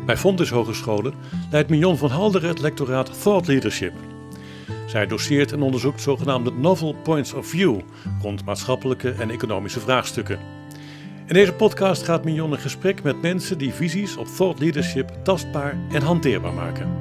Bij Fontys Hogescholen leidt Mignon van Halderen het lectoraat Thought Leadership. Zij doseert en onderzoekt zogenaamde novel points of view rond maatschappelijke en economische vraagstukken. In deze podcast gaat Mignon in gesprek met mensen die visies op thought leadership tastbaar en hanteerbaar maken.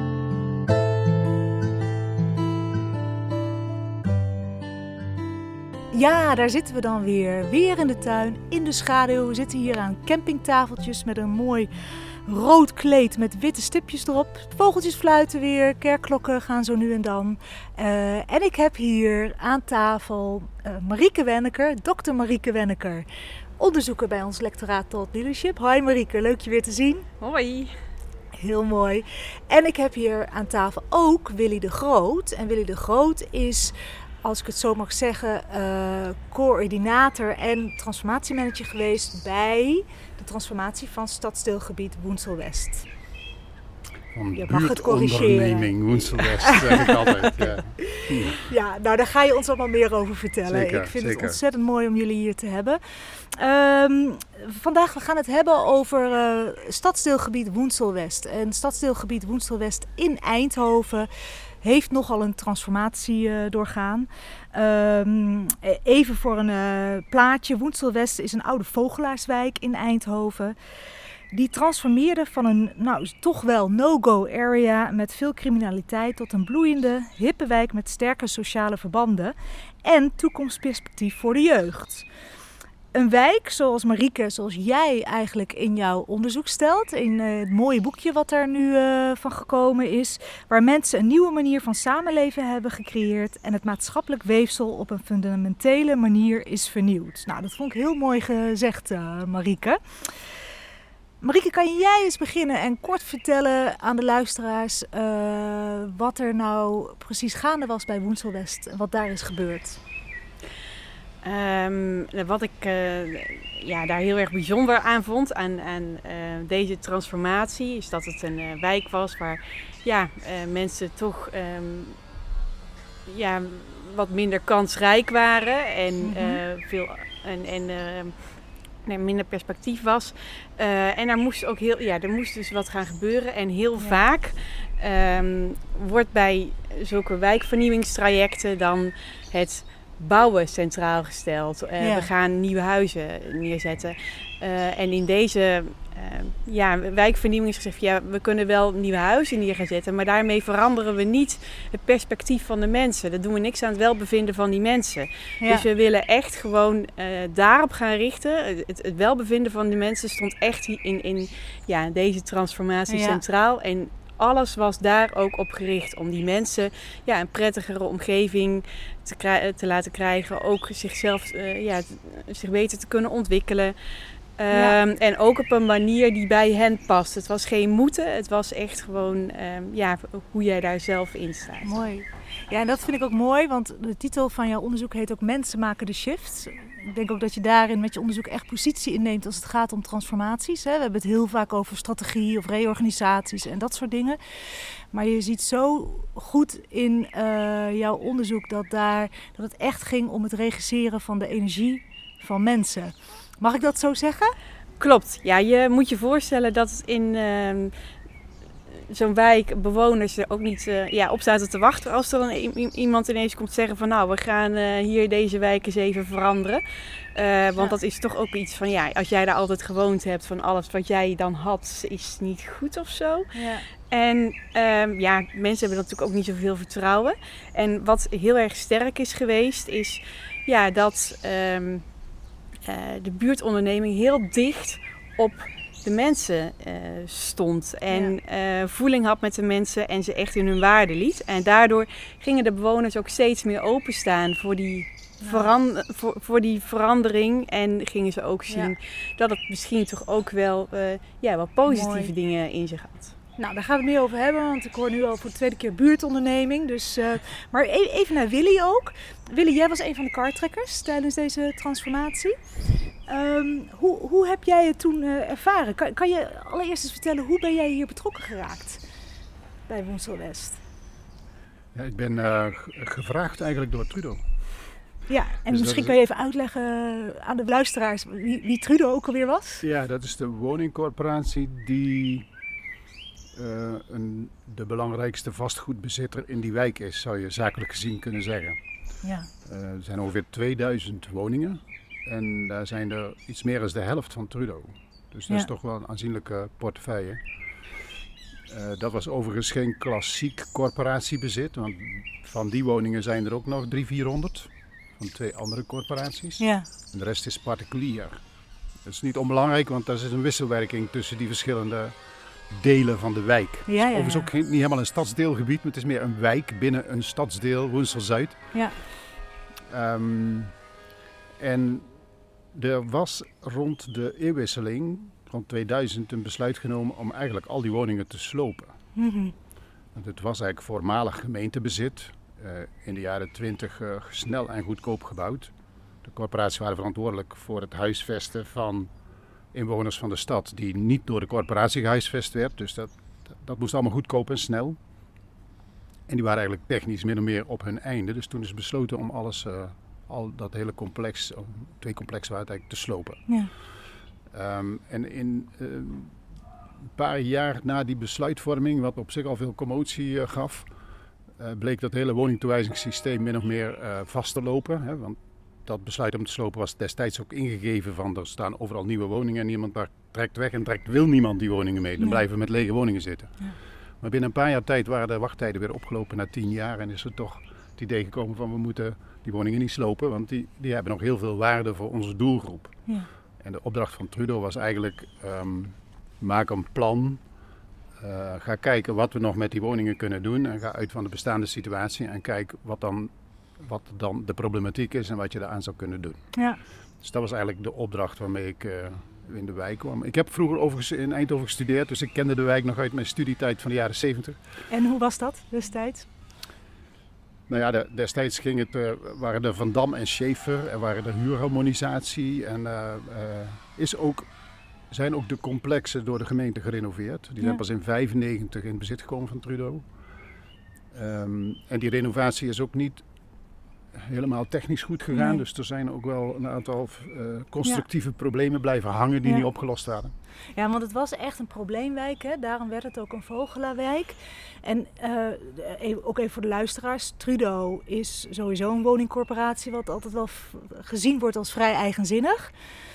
Ja, daar zitten we dan weer. Weer in de tuin, in de schaduw. We zitten hier aan campingtafeltjes met een mooi rood kleed met witte stipjes erop. Vogeltjes fluiten weer, kerkklokken gaan zo nu en dan. En ik heb hier aan tafel Marieke Wenneker, dokter Marieke Wenneker, onderzoeker bij ons lectoraat Thought Leadership. Hoi Marieke, leuk je weer te zien. Hoi. Heel mooi. En ik heb hier aan tafel ook Willy de Groot. En Willy de Groot is, als ik het zo mag zeggen, coördinator en transformatiemanager geweest bij de transformatie van stadsdeelgebied Woensel-West. Van Je mag het corrigeren. buurtonderneming Woensel-West, zeg ik altijd. Ja. Ja, nou daar ga je ons allemaal meer over vertellen. Zeker, ik vind zeker. het ontzettend mooi om jullie hier te hebben. Vandaag gaan we het hebben over stadsdeelgebied Woensel-West. En stadsdeelgebied Woensel-West in Eindhoven heeft nogal een transformatie doorgaan. Even voor een plaatje. Woensel-West is een oude vogelaarswijk in Eindhoven. Die transformeerde van een toch wel no-go area met veel criminaliteit tot een bloeiende, hippe wijk met sterke sociale verbanden en toekomstperspectief voor de jeugd. Een wijk zoals Marieke, zoals jij eigenlijk in jouw onderzoek stelt, in het mooie boekje wat er nu van gekomen is, waar mensen een nieuwe manier van samenleven hebben gecreëerd en het maatschappelijk weefsel op een fundamentele manier is vernieuwd. Nou, dat vond ik heel mooi gezegd, Marieke. Marieke, kan jij eens beginnen en kort vertellen aan de luisteraars wat er nou precies gaande was bij Woensel-West en wat daar is gebeurd? Wat ik daar heel erg bijzonder aan vond aan deze transformatie is dat het een wijk was waar mensen toch wat minder kansrijk waren en minder perspectief was. En er moest dus wat gaan gebeuren. En heel vaak wordt bij zulke wijkvernieuwingstrajecten dan het bouwen centraal gesteld. We gaan nieuwe huizen neerzetten. En in deze wijkvernieuwing is gezegd, we kunnen wel nieuwe huizen neer gaan zetten, maar daarmee veranderen we niet het perspectief van de mensen. Dat doen we niks aan het welbevinden van die mensen. Ja. Dus we willen echt gewoon daarop gaan richten. Het welbevinden van de mensen stond echt in deze transformatie centraal. En alles was daar ook op gericht om die mensen een prettigere omgeving te laten krijgen. Ook zichzelf zich beter te kunnen ontwikkelen. En ook op een manier die bij hen past. Het was geen moeten, het was echt gewoon hoe jij daar zelf in staat. Mooi. Ja, en dat vind ik ook mooi, want de titel van jouw onderzoek heet ook Mensen maken de shift. Ik denk ook dat je daarin met je onderzoek echt positie inneemt als het gaat om transformaties. We hebben het heel vaak over strategie of reorganisaties en dat soort dingen. Maar je ziet zo goed in jouw onderzoek dat het echt ging om het regisseren van de energie van mensen. Mag ik dat zo zeggen? Klopt. Ja, je moet je voorstellen dat in zo'n wijk bewoners er ook niet op zaten te wachten als er dan iemand ineens komt zeggen van we gaan hier deze wijk eens even veranderen. Want dat is toch ook iets van als jij daar altijd gewoond hebt van alles wat jij dan had is niet goed of zo. Ja. En mensen hebben natuurlijk ook niet zoveel vertrouwen. En wat heel erg sterk is geweest is dat de buurtonderneming heel dicht op de mensen stond en voeling had met de mensen en ze echt in hun waarde liet. En daardoor gingen de bewoners ook steeds meer openstaan voor die die verandering en gingen ze ook zien dat het misschien toch ook wel wat positieve dingen in zich had. Nou, daar gaan we het meer over hebben, want ik hoor nu al voor de tweede keer buurtonderneming. Dus, maar even naar Willy ook. Willy, jij was een van de kartrekkers tijdens deze transformatie. Hoe heb jij het toen ervaren? Kan je allereerst eens vertellen, hoe ben jij hier betrokken geraakt bij Woensel-West? Ja, ik ben gevraagd eigenlijk door Trudeau. Ja, en dus misschien kan je even uitleggen aan de luisteraars wie Trudeau ook alweer was? Ja, dat is de woningcorporatie die de belangrijkste vastgoedbezitter in die wijk is, zou je zakelijk gezien kunnen zeggen. Ja. Er zijn ongeveer 2000 woningen en daar zijn er iets meer dan de helft van Trudeau. Dus dat is toch wel een aanzienlijke portefeuille. Dat was overigens geen klassiek corporatiebezit, want van die woningen zijn er ook nog 300-400 van 2 andere corporaties. Ja. En de rest is particulier. Dat is niet onbelangrijk, want daar zit een wisselwerking tussen die verschillende delen van de wijk. Het is overigens ook niet helemaal een stadsdeelgebied, maar het is meer een wijk binnen een stadsdeel, Woensel-Zuid. Ja. En er was rond de eeuwwisseling, rond 2000, een besluit genomen om eigenlijk al die woningen te slopen. Mm-hmm. Want het was eigenlijk voormalig gemeentebezit, in de jaren 20 snel en goedkoop gebouwd. De corporaties waren verantwoordelijk voor het huisvesten van inwoners van de stad die niet door de corporatie gehuisvest werd. Dus dat moest allemaal goedkoop en snel. En die waren eigenlijk technisch min of meer op hun einde. Dus toen is besloten om alles, al dat hele complex, 2 complexen waren het eigenlijk, te slopen. Ja. En in een paar jaar na die besluitvorming, wat op zich al veel commotie gaf, bleek dat hele woningtoewijzingssysteem min of meer vast te lopen. Hè, want dat besluit om te slopen was destijds ook ingegeven van er staan overal nieuwe woningen en niemand daar trekt weg en wil niemand die woningen mee. Dan blijven we met lege woningen zitten. Ja. Maar binnen een paar jaar tijd waren de wachttijden weer opgelopen naar 10 jaar en is er toch het idee gekomen van we moeten die woningen niet slopen, want die hebben nog heel veel waarde voor onze doelgroep. Ja. En de opdracht van Trudeau was eigenlijk maak een plan, ga kijken wat we nog met die woningen kunnen doen en ga uit van de bestaande situatie en kijk wat dan de problematiek is en wat je daaraan zou kunnen doen. Ja. Dus dat was eigenlijk de opdracht waarmee ik in de wijk kwam. Ik heb vroeger overigens in Eindhoven gestudeerd, dus ik kende de wijk nog uit mijn studietijd van de jaren 70. En hoe was dat destijds? Nou ja, destijds waren er Van Dam en Schaefer, er waren de huurharmonisatie en zijn ook de complexen door de gemeente gerenoveerd. Die zijn pas in 1995 in bezit gekomen van Trudeau. En die renovatie is ook niet helemaal technisch goed gegaan. Nee. Dus er zijn ook wel een aantal constructieve problemen blijven hangen die niet opgelost waren. Ja, want het was echt een probleemwijk. Hè? Daarom werd het ook een Vogelawijk. En ook even voor de luisteraars. Trudeau is sowieso een woningcorporatie wat altijd wel gezien wordt als vrij eigenzinnig.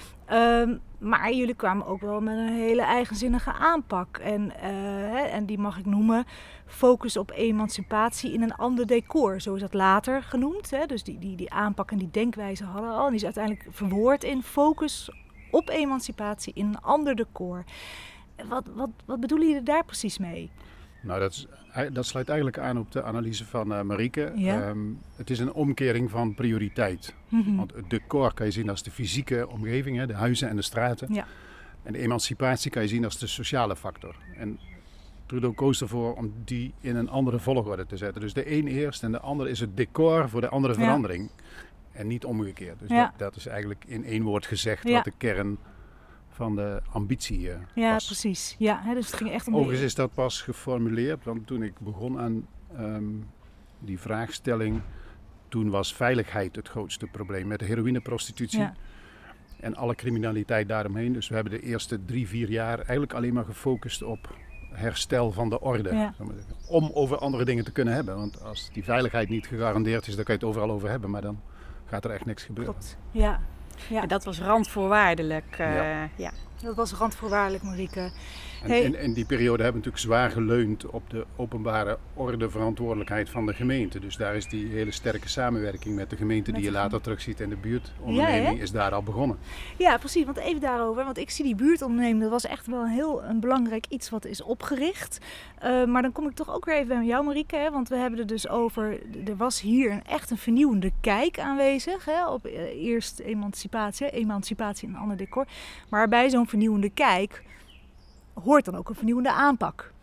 Maar jullie kwamen ook wel met een hele eigenzinnige aanpak. En die mag ik noemen focus op emancipatie in een ander decor. Zo is dat later genoemd. Hè? Dus die aanpak en die denkwijze hadden al. En die is uiteindelijk verwoord in focus op emancipatie in een ander decor. Wat bedoelen jullie daar precies mee? Nou, dat sluit eigenlijk aan op de analyse van Marieke. Ja. Het is een omkering van prioriteit. Mm-hmm. Want het decor kan je zien als de fysieke omgeving, hè, de huizen en de straten. Ja. En de emancipatie kan je zien als de sociale factor. En Trudeau koos ervoor om die in een andere volgorde te zetten. Dus de een eerst en de ander is het decor voor de andere verandering. En niet omgekeerd. Dus dat is eigenlijk in 1 woord gezegd wat de kern van de ambitie was. Ja, precies. Ja, dus het ging echt om overigens is dat pas geformuleerd, want toen ik begon aan die vraagstelling, toen was veiligheid het grootste probleem met de heroïneprostitutie. Ja. En alle criminaliteit daaromheen. Dus we hebben de eerste 3-4 jaar eigenlijk alleen maar gefocust op herstel van de orde. Ja. Om over andere dingen te kunnen hebben. Want als die veiligheid niet gegarandeerd is, dan kan je het overal over hebben. Maar dan gaat er echt niks gebeuren. Klopt, ja. En dat was randvoorwaardelijk. Ja. Dat was randvoorwaardelijk, Marieke. En in die periode hebben we natuurlijk zwaar geleund op de openbare ordeverantwoordelijkheid van de gemeente. Dus daar is die hele sterke samenwerking met de gemeente die je later terugziet in de buurtonderneming is daar al begonnen. Ja, precies. Want even daarover. Want ik zie die buurtonderneming, dat was echt wel een belangrijk iets wat is opgericht. Maar dan kom ik toch ook weer even bij jou, Marieke. Hè? Want we hebben er dus over, er was hier echt een vernieuwende kijk aanwezig. Hè? Op eerst emancipatie in een ander decor. Maar bij zo'n vernieuwende kijk hoort dan ook een vernieuwende aanpak.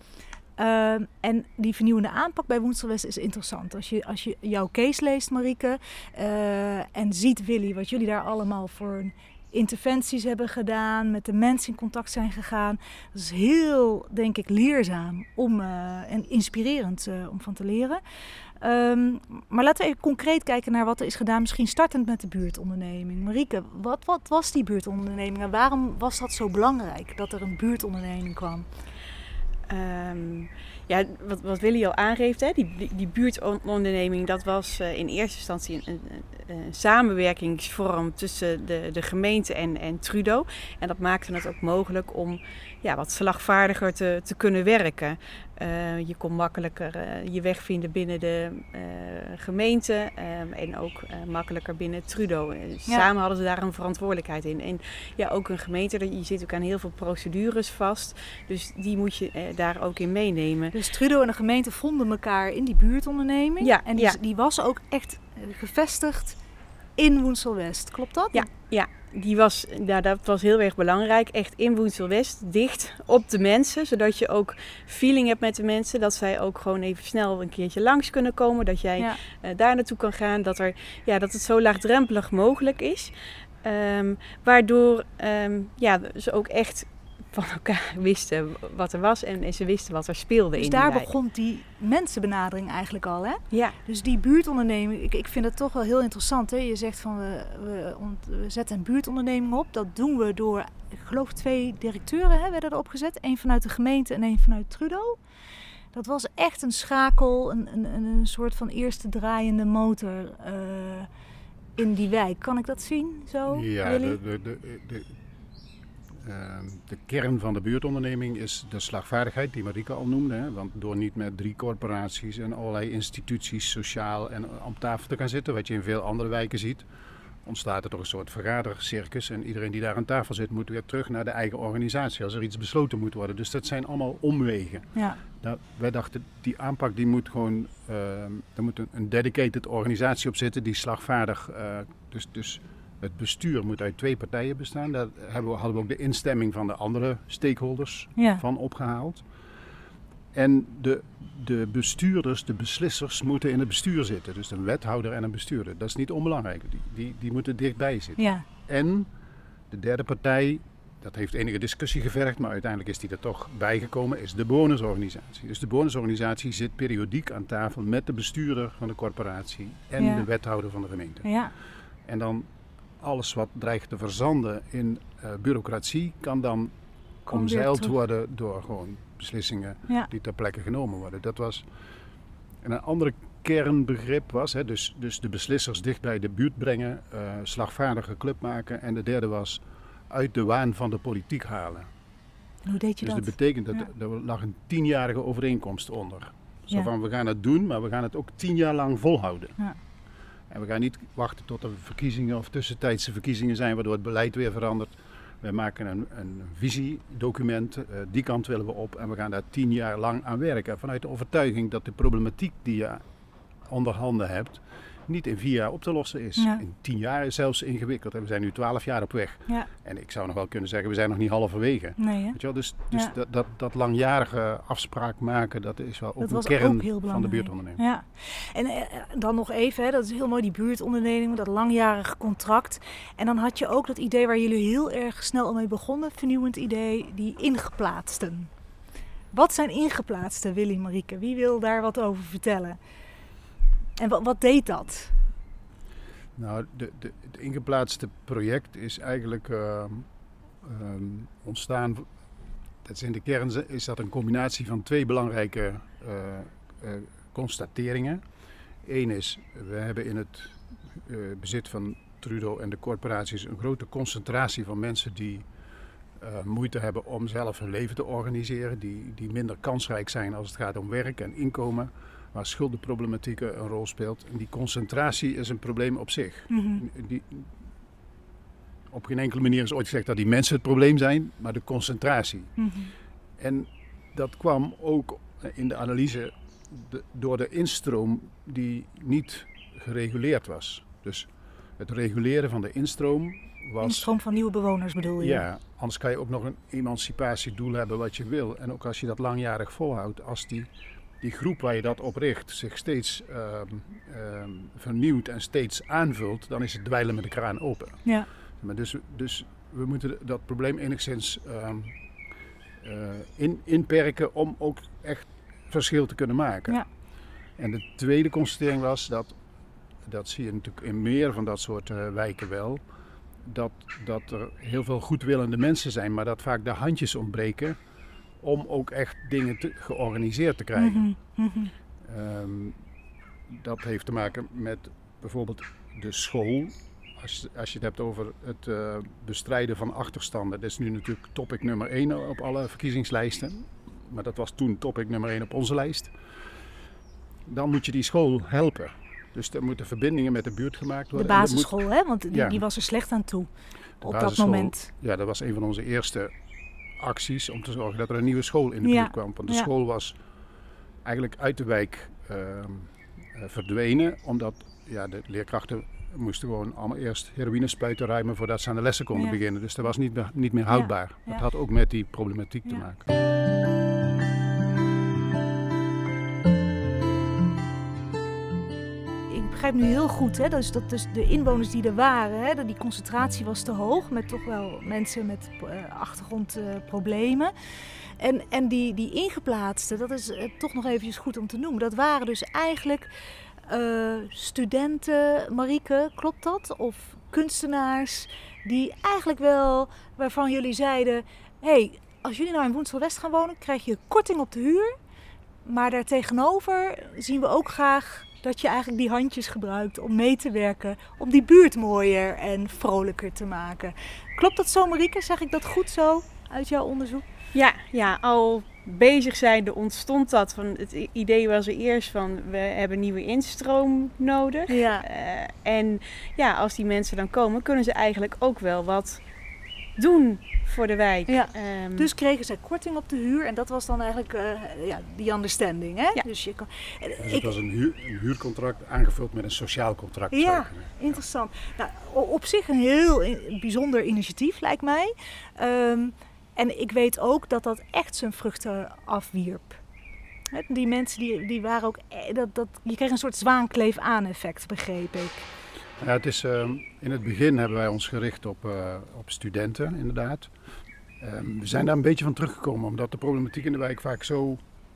En die vernieuwende aanpak bij Woensel-West is interessant. Als je jouw case leest, Marieke, en ziet, Willy, wat jullie daar allemaal voor interventies hebben gedaan, met de mensen in contact zijn gegaan. Dat is heel, denk ik, leerzaam en inspirerend om van te leren. Maar laten we even concreet kijken naar wat er is gedaan. Misschien startend met de buurtonderneming. Marieke, wat was die buurtonderneming en waarom was dat zo belangrijk dat er een buurtonderneming kwam? Wat Willy al aangeeft, hè, die buurtonderneming, dat was in eerste instantie een samenwerkingsvorm tussen de gemeente en Trudeau. En dat maakte het ook mogelijk om wat slagvaardiger te kunnen werken. Je kon makkelijker je weg vinden binnen de gemeente en ook makkelijker binnen Trudeau. Samen hadden ze daar een verantwoordelijkheid in. En ook een gemeente, je zit ook aan heel veel procedures vast. Dus die moet je daar ook in meenemen. Dus Trudeau en de gemeente vonden elkaar in die buurtonderneming. Ja, en die was ook echt gevestigd in Woensel-West. Klopt dat? Ja. Dat was heel erg belangrijk. Echt in Woensel-West, dicht op de mensen. Zodat je ook feeling hebt met de mensen. Dat zij ook gewoon even snel een keertje langs kunnen komen. Dat jij daar naartoe kan gaan. Dat het zo laagdrempelig mogelijk is. Waardoor ze ook echt van elkaar wisten wat er was. En ze wisten wat er speelde in die wijk. Dus daar begon die mensenbenadering eigenlijk al, hè? Ja. Dus die buurtonderneming, ik vind het toch wel heel interessant. Hè? Je zegt van we zetten een buurtonderneming op. Dat doen we door, ik geloof 2 directeuren werden erop gezet. 1 vanuit de gemeente en 1 vanuit Trudeau. Dat was echt een schakel, een soort van eerste draaiende motor in die wijk. Kan ik dat zien zo, Ja, Willy? De kern van de buurtonderneming is de slagvaardigheid die Marieke al noemde. Hè? Want door niet met 3 corporaties en allerlei instituties sociaal en om tafel te gaan zitten, wat je in veel andere wijken ziet, ontstaat er toch een soort vergadercircus. En iedereen die daar aan tafel zit moet weer terug naar de eigen organisatie als er iets besloten moet worden. Dus dat zijn allemaal omwegen. Ja. Nou, wij dachten, die aanpak die moet gewoon, er moet een dedicated organisatie op zitten die slagvaardig, dus het bestuur moet uit 2 partijen bestaan. Daar hadden we ook de instemming van de andere stakeholders van opgehaald. En de bestuurders, de beslissers, moeten in het bestuur zitten. Dus een wethouder en een bestuurder. Dat is niet onbelangrijk. Die moeten dichtbij zitten. Ja. En de derde partij, dat heeft enige discussie gevergd, maar uiteindelijk is die er toch bijgekomen, is de bewonersorganisatie. Dus de bewonersorganisatie zit periodiek aan tafel met de bestuurder van de corporatie en de wethouder van de gemeente. Ja. En dan alles wat dreigt te verzanden in bureaucratie kan dan omzeild worden door gewoon beslissingen die ter plekke genomen worden. Dat was een andere kernbegrip was, dus de beslissers dicht bij de buurt brengen, slagvaardige club maken. En de derde was uit de waan van de politiek halen. Hoe deed je dus dat? Dat betekent dat er lag een 10-jarige overeenkomst onder. Zo van, we gaan het doen, maar we gaan het ook 10 jaar lang volhouden. Ja. En we gaan niet wachten tot er verkiezingen of tussentijdse verkiezingen zijn waardoor het beleid weer verandert. We maken een visiedocument, die kant willen we op en we gaan daar 10 jaar lang aan werken. Vanuit de overtuiging dat de problematiek die je onder handen hebt niet in 4 jaar op te lossen is. Ja. In 10 jaar is zelfs ingewikkeld en we zijn nu 12 jaar op weg. Ja. En ik zou nog wel kunnen zeggen, we zijn nog niet halverwege. Nee, weet je wel? Dus dat langjarige afspraak maken, dat is wel ook een kern van de buurtonderneming. Ja. En dan nog even, dat is heel mooi, die buurtonderneming, dat langjarige contract. En dan had je ook dat idee waar jullie heel erg snel mee begonnen, vernieuwend idee, die ingeplaatsten. Wat zijn ingeplaatsten, Willy, Marieke? Wie wil daar wat over vertellen? En wat deed dat? Nou, het ingeplaatste project is eigenlijk ontstaan. Dat is in de kern is dat een combinatie van 2 belangrijke constateringen. Eén is, we hebben in het bezit van Trudeau en de corporaties een grote concentratie van mensen die moeite hebben om zelf hun leven te organiseren. Die minder kansrijk zijn als het gaat om werk en inkomen. Waar schuldenproblematiek een rol speelt. En die concentratie is een probleem op zich. Mm-hmm. Op geen enkele manier is ooit gezegd dat die mensen het probleem zijn, maar de concentratie. Mm-hmm. En dat kwam ook in de analyse door de instroom die niet gereguleerd was. Dus het reguleren van de instroom was... Instroom van nieuwe bewoners bedoel je? Ja, anders kan je ook nog een emancipatiedoel hebben wat je wil. En ook als je dat langjarig volhoudt, als die groep waar je dat op richt zich steeds vernieuwt en steeds aanvult, dan is het dweilen met de kraan open. Ja. Maar dus we moeten dat probleem enigszins inperken om ook echt verschil te kunnen maken. Ja. En de tweede constatering was, dat zie je natuurlijk in meer van dat soort wijken wel, dat er heel veel goedwillende mensen zijn, maar dat vaak de handjes ontbreken om ook echt dingen georganiseerd te krijgen. Dat heeft te maken met bijvoorbeeld de school. Als je het hebt over het bestrijden van achterstanden. Dat is nu natuurlijk topic nummer 1 op alle verkiezingslijsten. Maar dat was toen topic nummer 1 op onze lijst. Dan moet je die school helpen. Dus er moeten verbindingen met de buurt gemaakt worden. De basisschool, hè? Want die was er slecht aan toe op dat moment. Ja, dat was een van onze eerste acties om te zorgen dat er een nieuwe school in de buurt kwam. Want de school was eigenlijk uit de wijk verdwenen. Omdat de leerkrachten moesten gewoon allemaal eerst heroïne spuiten ruimen voordat ze aan de lessen konden beginnen. Dus dat was niet meer houdbaar. Dat had ook met die problematiek te maken. Ik begrijp nu heel goed, hè, dus dat dus de inwoners die er waren, hè, die concentratie was te hoog met toch wel mensen met achtergrondproblemen. En die ingeplaatsten, dat is toch nog eventjes goed om te noemen, dat waren dus eigenlijk studenten, Marieke, klopt dat? Of kunstenaars die eigenlijk wel, waarvan jullie zeiden, hey, als jullie nou in Woensel West gaan wonen, krijg je korting op de huur. Maar daartegenover zien we ook graag dat je eigenlijk die handjes gebruikt om mee te werken, om die buurt mooier en vrolijker te maken. Klopt dat zo, Marieke? Zeg ik dat goed zo uit jouw onderzoek? Ja, al bezig zijnde ontstond dat. Het idee was er eerst van, we hebben nieuwe instroom nodig. Ja. En als die mensen dan komen, kunnen ze eigenlijk ook wel wat doen voor de wijk. Ja. Dus kregen zij korting op de huur en dat was dan eigenlijk die understanding. Hè? Ja. Dus het was een huurcontract aangevuld met een sociaal contract. Ja, interessant. Nou, op zich een heel bijzonder initiatief lijkt mij. En ik weet ook dat dat echt zijn vruchten afwierp. Die mensen die waren ook, je kreeg een soort zwaankleef-aan-effect, begreep ik. Ja, het is, in het begin hebben wij ons gericht op studenten, inderdaad. We zijn daar een beetje van teruggekomen, omdat de problematiek in de wijk vaak zo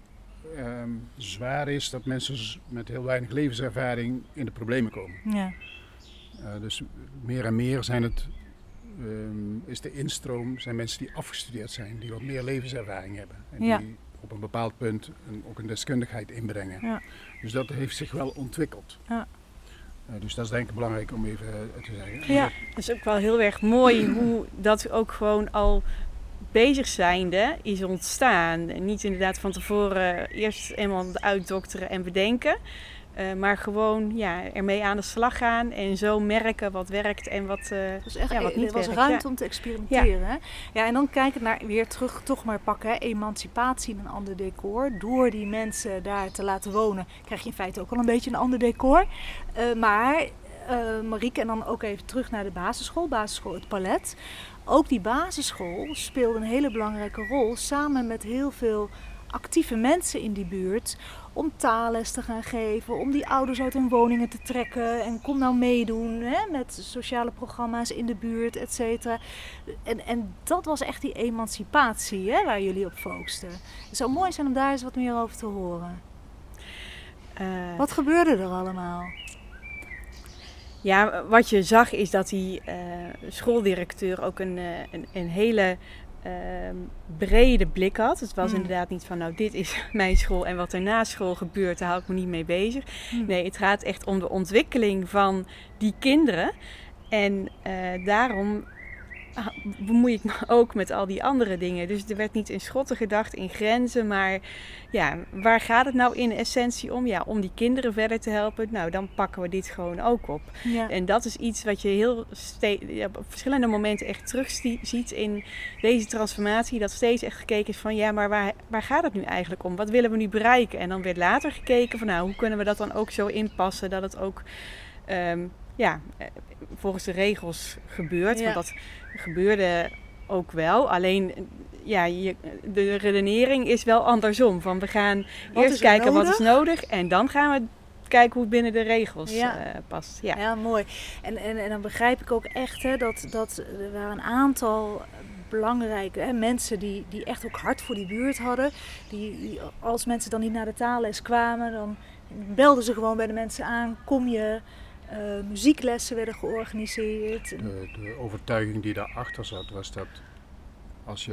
zwaar is dat mensen met heel weinig levenservaring in de problemen komen. Ja. Dus meer en meer is de instroom, zijn mensen die afgestudeerd zijn, die wat meer levenservaring hebben. En die op een bepaald punt ook een deskundigheid inbrengen. Ja. Dus dat heeft zich wel ontwikkeld. Ja. Dus dat is denk ik belangrijk om even te zeggen. Ja, dat is ook wel heel erg mooi hoe dat ook gewoon al bezig zijnde is ontstaan. En niet inderdaad van tevoren eerst eenmaal uitdokteren en bedenken. Maar gewoon ermee aan de slag gaan en zo merken wat werkt en wat, wat niet werkt. Er was ruimte om te experimenteren. Ja. Hè? Ja, en dan kijken naar weer terug, toch maar pakken, hè, emancipatie in een ander decor. Door die mensen daar te laten wonen, krijg je in feite ook al een beetje een ander decor. Maar Marieke, en dan ook even terug naar de basisschool Het Palet. Ook die basisschool speelde een hele belangrijke rol samen met heel veel actieve mensen in die buurt om taalles te gaan geven, om die ouders uit hun woningen te trekken en kom nou meedoen met sociale programma's in de buurt, et cetera. En dat was echt die emancipatie waar jullie op focusten. Het zou mooi zijn om daar eens wat meer over te horen. Wat gebeurde er allemaal? Ja, wat je zag is dat die schooldirecteur ook een hele brede blik had. Het was inderdaad niet van, nou, dit is mijn school en wat er na school gebeurt, daar hou ik me niet mee bezig. Nee, het gaat echt om de ontwikkeling van die kinderen. En daarom bemoei ik me ook met al die andere dingen. Dus er werd niet in schotten gedacht, in grenzen, maar waar gaat het nou in essentie om? Ja, om die kinderen verder te helpen. Nou, dan pakken we dit gewoon ook op. Ja. En dat is iets wat je op verschillende momenten echt terug ziet in deze transformatie. Dat steeds echt gekeken is van, maar waar gaat het nu eigenlijk om? Wat willen we nu bereiken? En dan werd later gekeken van, hoe kunnen we dat dan ook zo inpassen dat het ook volgens de regels gebeurt. Ja. Want dat gebeurde ook wel. Alleen, de redenering is wel andersom. Van we gaan eerst kijken wat is nodig en dan gaan we kijken hoe het binnen de regels past. Ja. Ja, mooi. En dan begrijp ik ook echt dat er waren een aantal belangrijke mensen die echt ook hard voor die buurt hadden. Die, als mensen dan niet naar de taalles kwamen, dan belden ze gewoon bij de mensen aan. Kom je? Muzieklessen werden georganiseerd. De overtuiging die daarachter zat was dat als je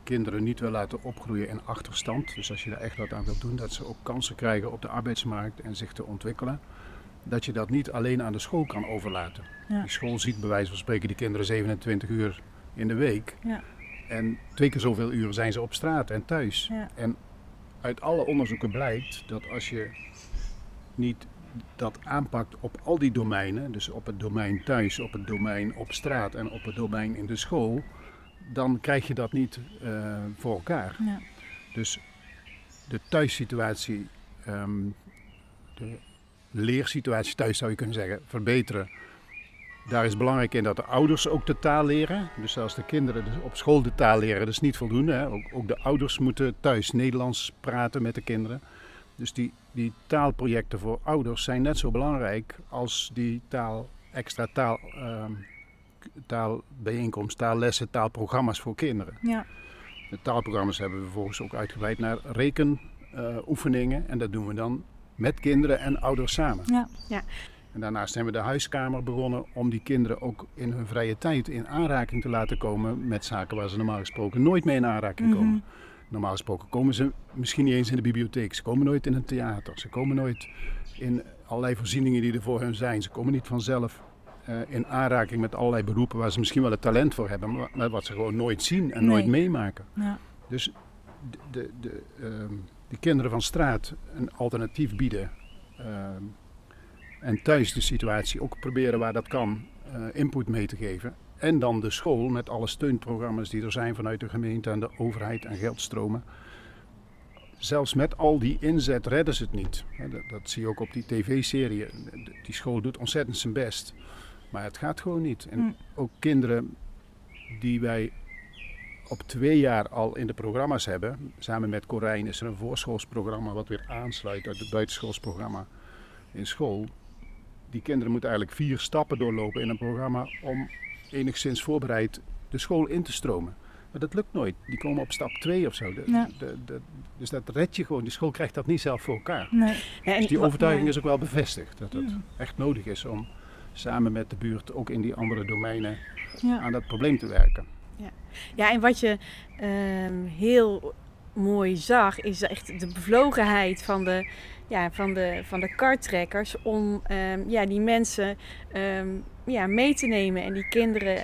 kinderen niet wil laten opgroeien in achterstand. Dus als je daar echt wat aan wilt doen, dat ze ook kansen krijgen op de arbeidsmarkt en zich te ontwikkelen. Dat je dat niet alleen aan de school kan overlaten. Ja. Die school ziet bij wijze van spreken die kinderen 27 uur in de week. Ja. En 2 keer zoveel uren zijn ze op straat en thuis. Ja. En uit alle onderzoeken blijkt dat als je niet dat aanpakt op al die domeinen, dus op het domein thuis, op het domein op straat en op het domein in de school, dan krijg je dat niet voor elkaar. Ja. Dus de thuissituatie, de leersituatie thuis zou je kunnen zeggen, verbeteren. Daar is belangrijk in dat de ouders ook de taal leren. Dus als de kinderen op school de taal leren, dat is niet voldoende. Hè? Ook de ouders moeten thuis Nederlands praten met de kinderen. Dus die taalprojecten voor ouders zijn net zo belangrijk als die extra taalbijeenkomst, taallessen, taalprogramma's voor kinderen. Ja. De taalprogramma's hebben we vervolgens ook uitgebreid naar rekenoefeningen. En dat doen we dan met kinderen en ouders samen. Ja. Ja. En daarnaast hebben we de huiskamer begonnen om die kinderen ook in hun vrije tijd in aanraking te laten komen met zaken waar ze normaal gesproken nooit mee in aanraking komen. Normaal gesproken komen ze misschien niet eens in de bibliotheek, ze komen nooit in een theater, ze komen nooit in allerlei voorzieningen die er voor hen zijn. Ze komen niet vanzelf in aanraking met allerlei beroepen waar ze misschien wel het talent voor hebben, maar wat ze gewoon nooit zien en nooit meemaken. Ja. Dus die kinderen van straat een alternatief bieden. En thuis de situatie ook proberen waar dat kan input mee te geven. En dan de school met alle steunprogramma's die er zijn vanuit de gemeente en de overheid en geldstromen. Zelfs met al die inzet redden ze het niet. Dat zie je ook op die tv-serie. Die school doet ontzettend zijn best. Maar het gaat gewoon niet. En ook kinderen die wij op 2 jaar al in de programma's hebben. Samen met Corijn is er een voorschoolsprogramma wat weer aansluit uit het buitenschoolsprogramma in school. Die kinderen moeten eigenlijk 4 stappen doorlopen in een programma om enigszins voorbereid de school in te stromen. Maar dat lukt nooit. Die komen op stap 2 of zo. Dus dat red je gewoon. Die school krijgt dat niet zelf voor elkaar. Nee. Dus die overtuiging is ook wel bevestigd. Dat het echt nodig is om samen met de buurt ook in die andere domeinen aan dat probleem te werken. Ja, en wat je heel mooi zag, is echt de bevlogenheid van de karttrekkers om die mensen mee te nemen en die kinderen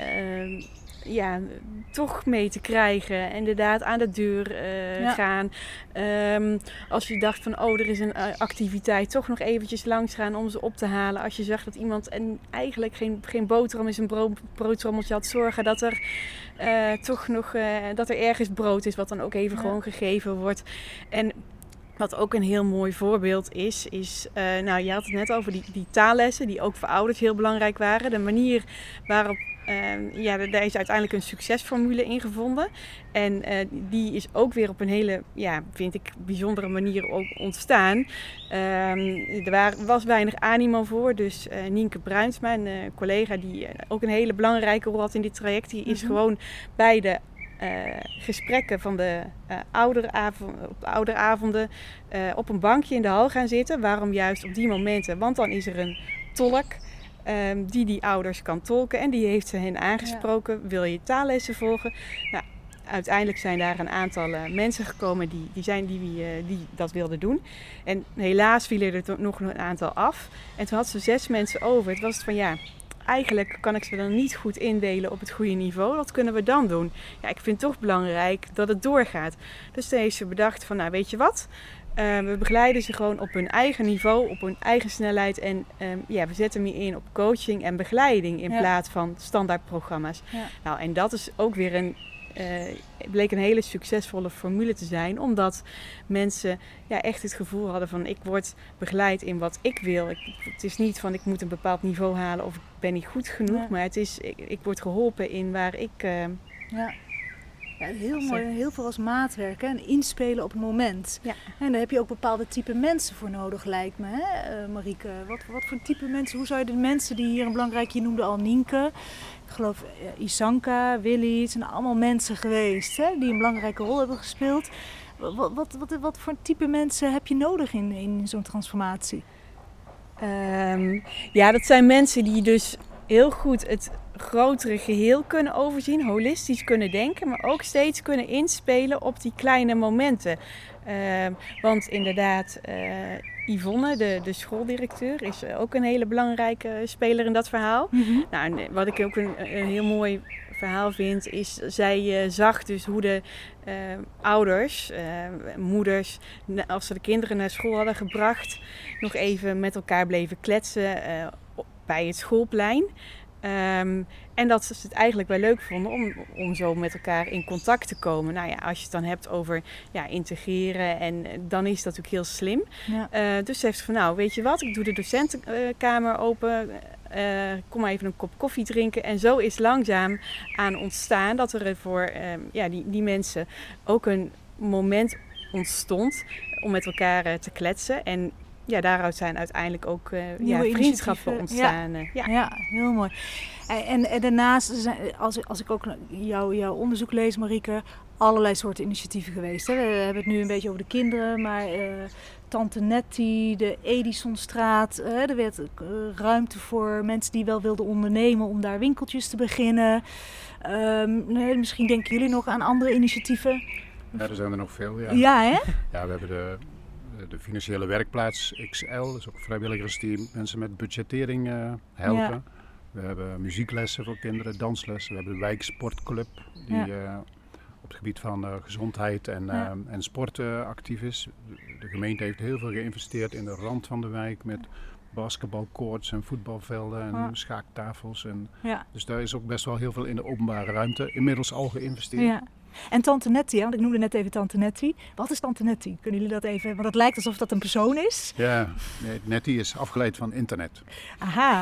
toch mee te krijgen. Inderdaad aan de deur gaan. Als je dacht van er is een activiteit, toch nog eventjes langs gaan om ze op te halen. Als je zag dat iemand eigenlijk geen boterham in zijn broodtrommeltje had, zorgen dat er toch nog dat er ergens brood is wat dan ook even gewoon gegeven wordt. En wat ook een heel mooi voorbeeld is je had het net over die taallessen die ook voor ouders heel belangrijk waren. De manier waarop daar is uiteindelijk een succesformule in gevonden. En die is ook weer op een hele, vind ik, bijzondere manier ook ontstaan. Er was weinig animo voor. Dus Nienke Bruinsma, een collega die ook een hele belangrijke rol had in dit traject. Die is gewoon bij de gesprekken van de ouderavonden op een bankje in de hal gaan zitten. Waarom juist op die momenten? Want dan is er een tolk die ouders kan tolken en die heeft ze hen aangesproken. Wil je taallessen volgen? Nou, uiteindelijk zijn daar een aantal mensen gekomen die dat wilden doen. En helaas vielen er nog een aantal af. En toen had ze 6 mensen over. Het was van eigenlijk kan ik ze dan niet goed indelen op het goede niveau. Wat kunnen we dan doen? Ja, ik vind het toch belangrijk dat het doorgaat. Dus toen heeft ze bedacht van, weet je wat? We begeleiden ze gewoon op hun eigen niveau, op hun eigen snelheid. En we zetten hem in op coaching en begeleiding in plaats van standaardprogramma's. Ja. Nou, en dat is ook weer bleek een hele succesvolle formule te zijn. Omdat mensen echt het gevoel hadden van ik word begeleid in wat ik wil. Het is niet van ik moet een bepaald niveau halen of ik ben niet goed genoeg. Maar het is ik word geholpen in waar ik... Ja, heel mooi. Heel veel als maatwerk en inspelen op het moment. Ja. En daar heb je ook bepaalde type mensen voor nodig, lijkt me, hè, Marieke? Wat voor type mensen? Hoe zou je de mensen die hier een belangrijk... Je noemde al Nienke. Ik geloof Isanka, Willy. Het zijn allemaal mensen geweest die een belangrijke rol hebben gespeeld. Wat voor type mensen heb je nodig in zo'n transformatie? Dat zijn mensen die dus heel goed het grotere geheel kunnen overzien, holistisch kunnen denken, maar ook steeds kunnen inspelen op die kleine momenten. Want inderdaad, Yvonne, de schooldirecteur, is ook een hele belangrijke speler in dat verhaal. Mhm. Nou, wat ik ook een heel mooi verhaal vind, is zij zag dus hoe de ouders, moeders, als ze de kinderen naar school hadden gebracht, nog even met elkaar bleven kletsen bij het schoolplein. En dat ze het eigenlijk wel leuk vonden om zo met elkaar in contact te komen. Nou ja, als je het dan hebt over integreren, en dan is dat natuurlijk heel slim. Ja. Dus ze heeft van, nou, weet je wat, ik doe de docentenkamer open, kom maar even een kop koffie drinken. En zo is langzaam aan ontstaan dat er voor die mensen ook een moment ontstond om met elkaar te kletsen. En ja, daaruit zijn uiteindelijk ook vriendschappen ontstaan. Ja, heel mooi. En daarnaast, als ik ook jouw onderzoek lees, Marieke, allerlei soorten initiatieven geweest. Hè? We hebben het nu een beetje over de kinderen, maar Tante Nettie, de Edisonstraat. Er werd ruimte voor mensen die wel wilden ondernemen om daar winkeltjes te beginnen. Misschien denken jullie nog aan andere initiatieven? Ja, er zijn er nog veel, ja. Ja, hè? Ja, we hebben de financiële werkplaats XL, dat is ook een vrijwilligersteam, mensen met budgettering helpen. Ja. We hebben muzieklessen voor kinderen, danslessen. We hebben de wijksportclub die op het gebied van gezondheid en sport actief is. De gemeente heeft heel veel geïnvesteerd in de rand van de wijk met basketbalcourts en voetbalvelden en schaaktafels. Dus daar is ook best wel heel veel in de openbare ruimte inmiddels al geïnvesteerd. Ja. En Tante Nettie, want ik noemde net even Tante Nettie. Wat is Tante Nettie? Kunnen jullie dat even... Want het lijkt alsof dat een persoon is. Ja, Nettie is afgeleid van internet. Aha.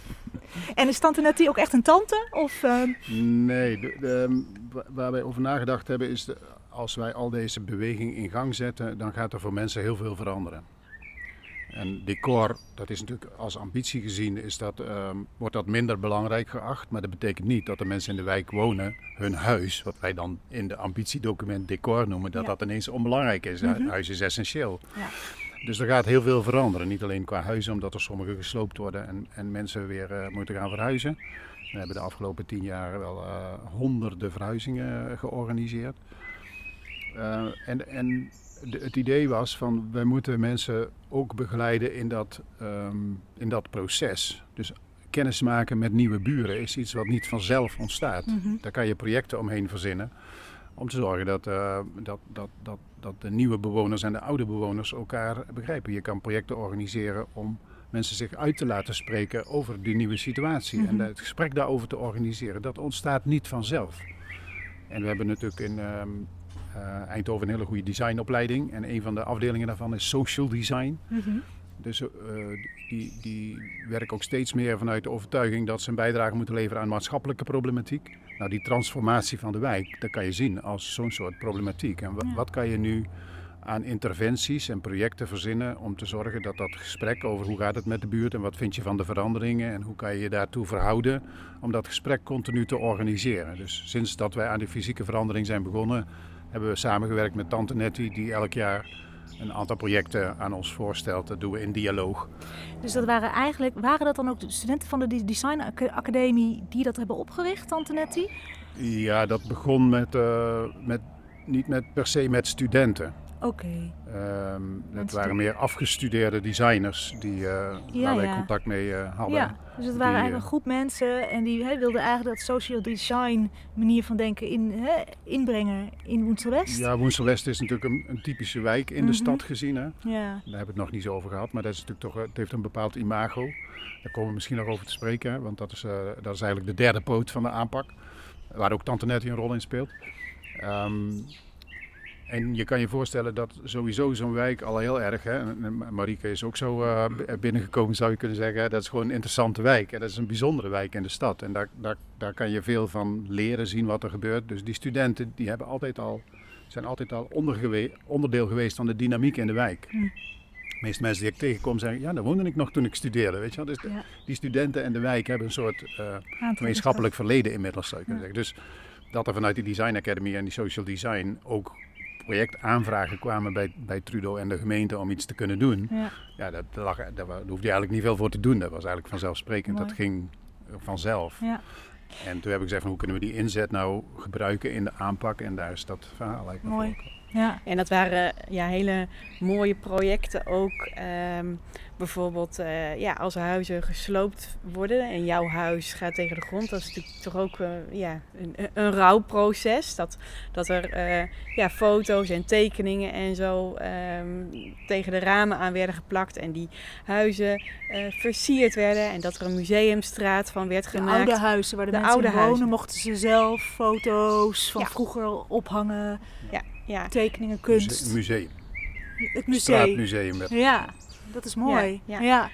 En is Tante Nettie ook echt een tante? Of, Nee, waar wij over nagedacht hebben is... als wij al deze beweging in gang zetten, dan gaat er voor mensen heel veel veranderen. En decor, dat is natuurlijk als ambitie gezien, wordt dat minder belangrijk geacht. Maar dat betekent niet dat de mensen in de wijk wonen, hun huis, wat wij dan in de ambitiedocument decor noemen, dat ineens onbelangrijk is. Mm-hmm. Huis is essentieel. Ja. Dus er gaat heel veel veranderen. Niet alleen qua huizen, omdat er sommige gesloopt worden en mensen weer moeten gaan verhuizen. We hebben de afgelopen 10 jaar wel honderden verhuizingen georganiseerd. Het idee was van, wij moeten mensen ook begeleiden in dat proces. Dus kennis maken met nieuwe buren is iets wat niet vanzelf ontstaat. Mm-hmm. Daar kan je projecten omheen verzinnen. Om te zorgen dat de nieuwe bewoners en de oude bewoners elkaar begrijpen. Je kan projecten organiseren om mensen zich uit te laten spreken over die nieuwe situatie. Mm-hmm. En het gesprek daarover te organiseren, dat ontstaat niet vanzelf. En we hebben natuurlijk in... Eindhoven een hele goede designopleiding en een van de afdelingen daarvan is social design. Mm-hmm. Dus die werken ook steeds meer vanuit de overtuiging dat ze een bijdrage moeten leveren aan maatschappelijke problematiek. Nou, die transformatie van de wijk, dat kan je zien als zo'n soort problematiek. En wat kan je nu aan interventies en projecten verzinnen om te zorgen dat dat gesprek over hoe gaat het met de buurt en wat vind je van de veranderingen en hoe kan je je daartoe verhouden om dat gesprek continu te organiseren. Dus sinds dat wij aan die fysieke verandering zijn begonnen, hebben we samengewerkt met Tante Nettie, die elk jaar een aantal projecten aan ons voorstelt. Dat doen we in dialoog. Dus dat waren dat dan ook de studenten van de Design Academie die dat hebben opgericht, Tante Nettie? Ja, dat begon niet per se met studenten. Oké. Het waren meer afgestudeerde designers waar wij contact mee hadden. Ja, dus het waren eigenlijk een groep mensen en die wilden eigenlijk dat social design manier van denken inbrengen in Woensel-West. Ja, Woensel-West is natuurlijk een typische wijk in de stad gezien. Hè? Ja. Daar hebben we het nog niet zo over gehad, maar dat is natuurlijk het heeft een bepaald imago. Daar komen we misschien nog over te spreken, hè? Want dat is eigenlijk de derde poot van de aanpak, waar ook Tante Nettie een rol in speelt. En je kan je voorstellen dat sowieso zo'n wijk al heel erg, hè, en Marieke is ook zo binnengekomen zou je kunnen zeggen, dat is gewoon een interessante wijk. En dat is een bijzondere wijk in de stad. En daar kan je veel van leren, zien wat er gebeurt. Dus die studenten die zijn altijd al onderdeel geweest van de dynamiek in de wijk. De meeste mensen die ik tegenkom zeggen, ja, daar woonde ik nog toen ik studeerde. Weet je wel? Dus die studenten en de wijk hebben een soort gemeenschappelijk verleden inmiddels, zou je kunnen zeggen. Dus dat er vanuit die Design Academy en die Social Design ook projectaanvragen kwamen bij Trudeau en de gemeente om iets te kunnen doen. Ja, daar hoefde je eigenlijk niet veel voor te doen. Dat was eigenlijk vanzelfsprekend. Mooi. Dat ging vanzelf. Ja. En toen heb ik gezegd van hoe kunnen we die inzet nou gebruiken in de aanpak. En daar is dat verhaal eigenlijk Mooi. naar voren. Ja. En dat waren hele mooie projecten ook. Bijvoorbeeld als huizen gesloopt worden en jouw huis gaat tegen de grond. Dat is natuurlijk toch ook een rouwproces. Dat er foto's en tekeningen en zo tegen de ramen aan werden geplakt. En die huizen versierd werden. En dat er een museumstraat van werd gemaakt. De oude huizen waar de mensen in wonen, mochten ze zelf foto's van vroeger ophangen. Ja. Tekeningen, kunst. Museum. Het museum. Straatmuseum. Ja, dat is mooi. Ja.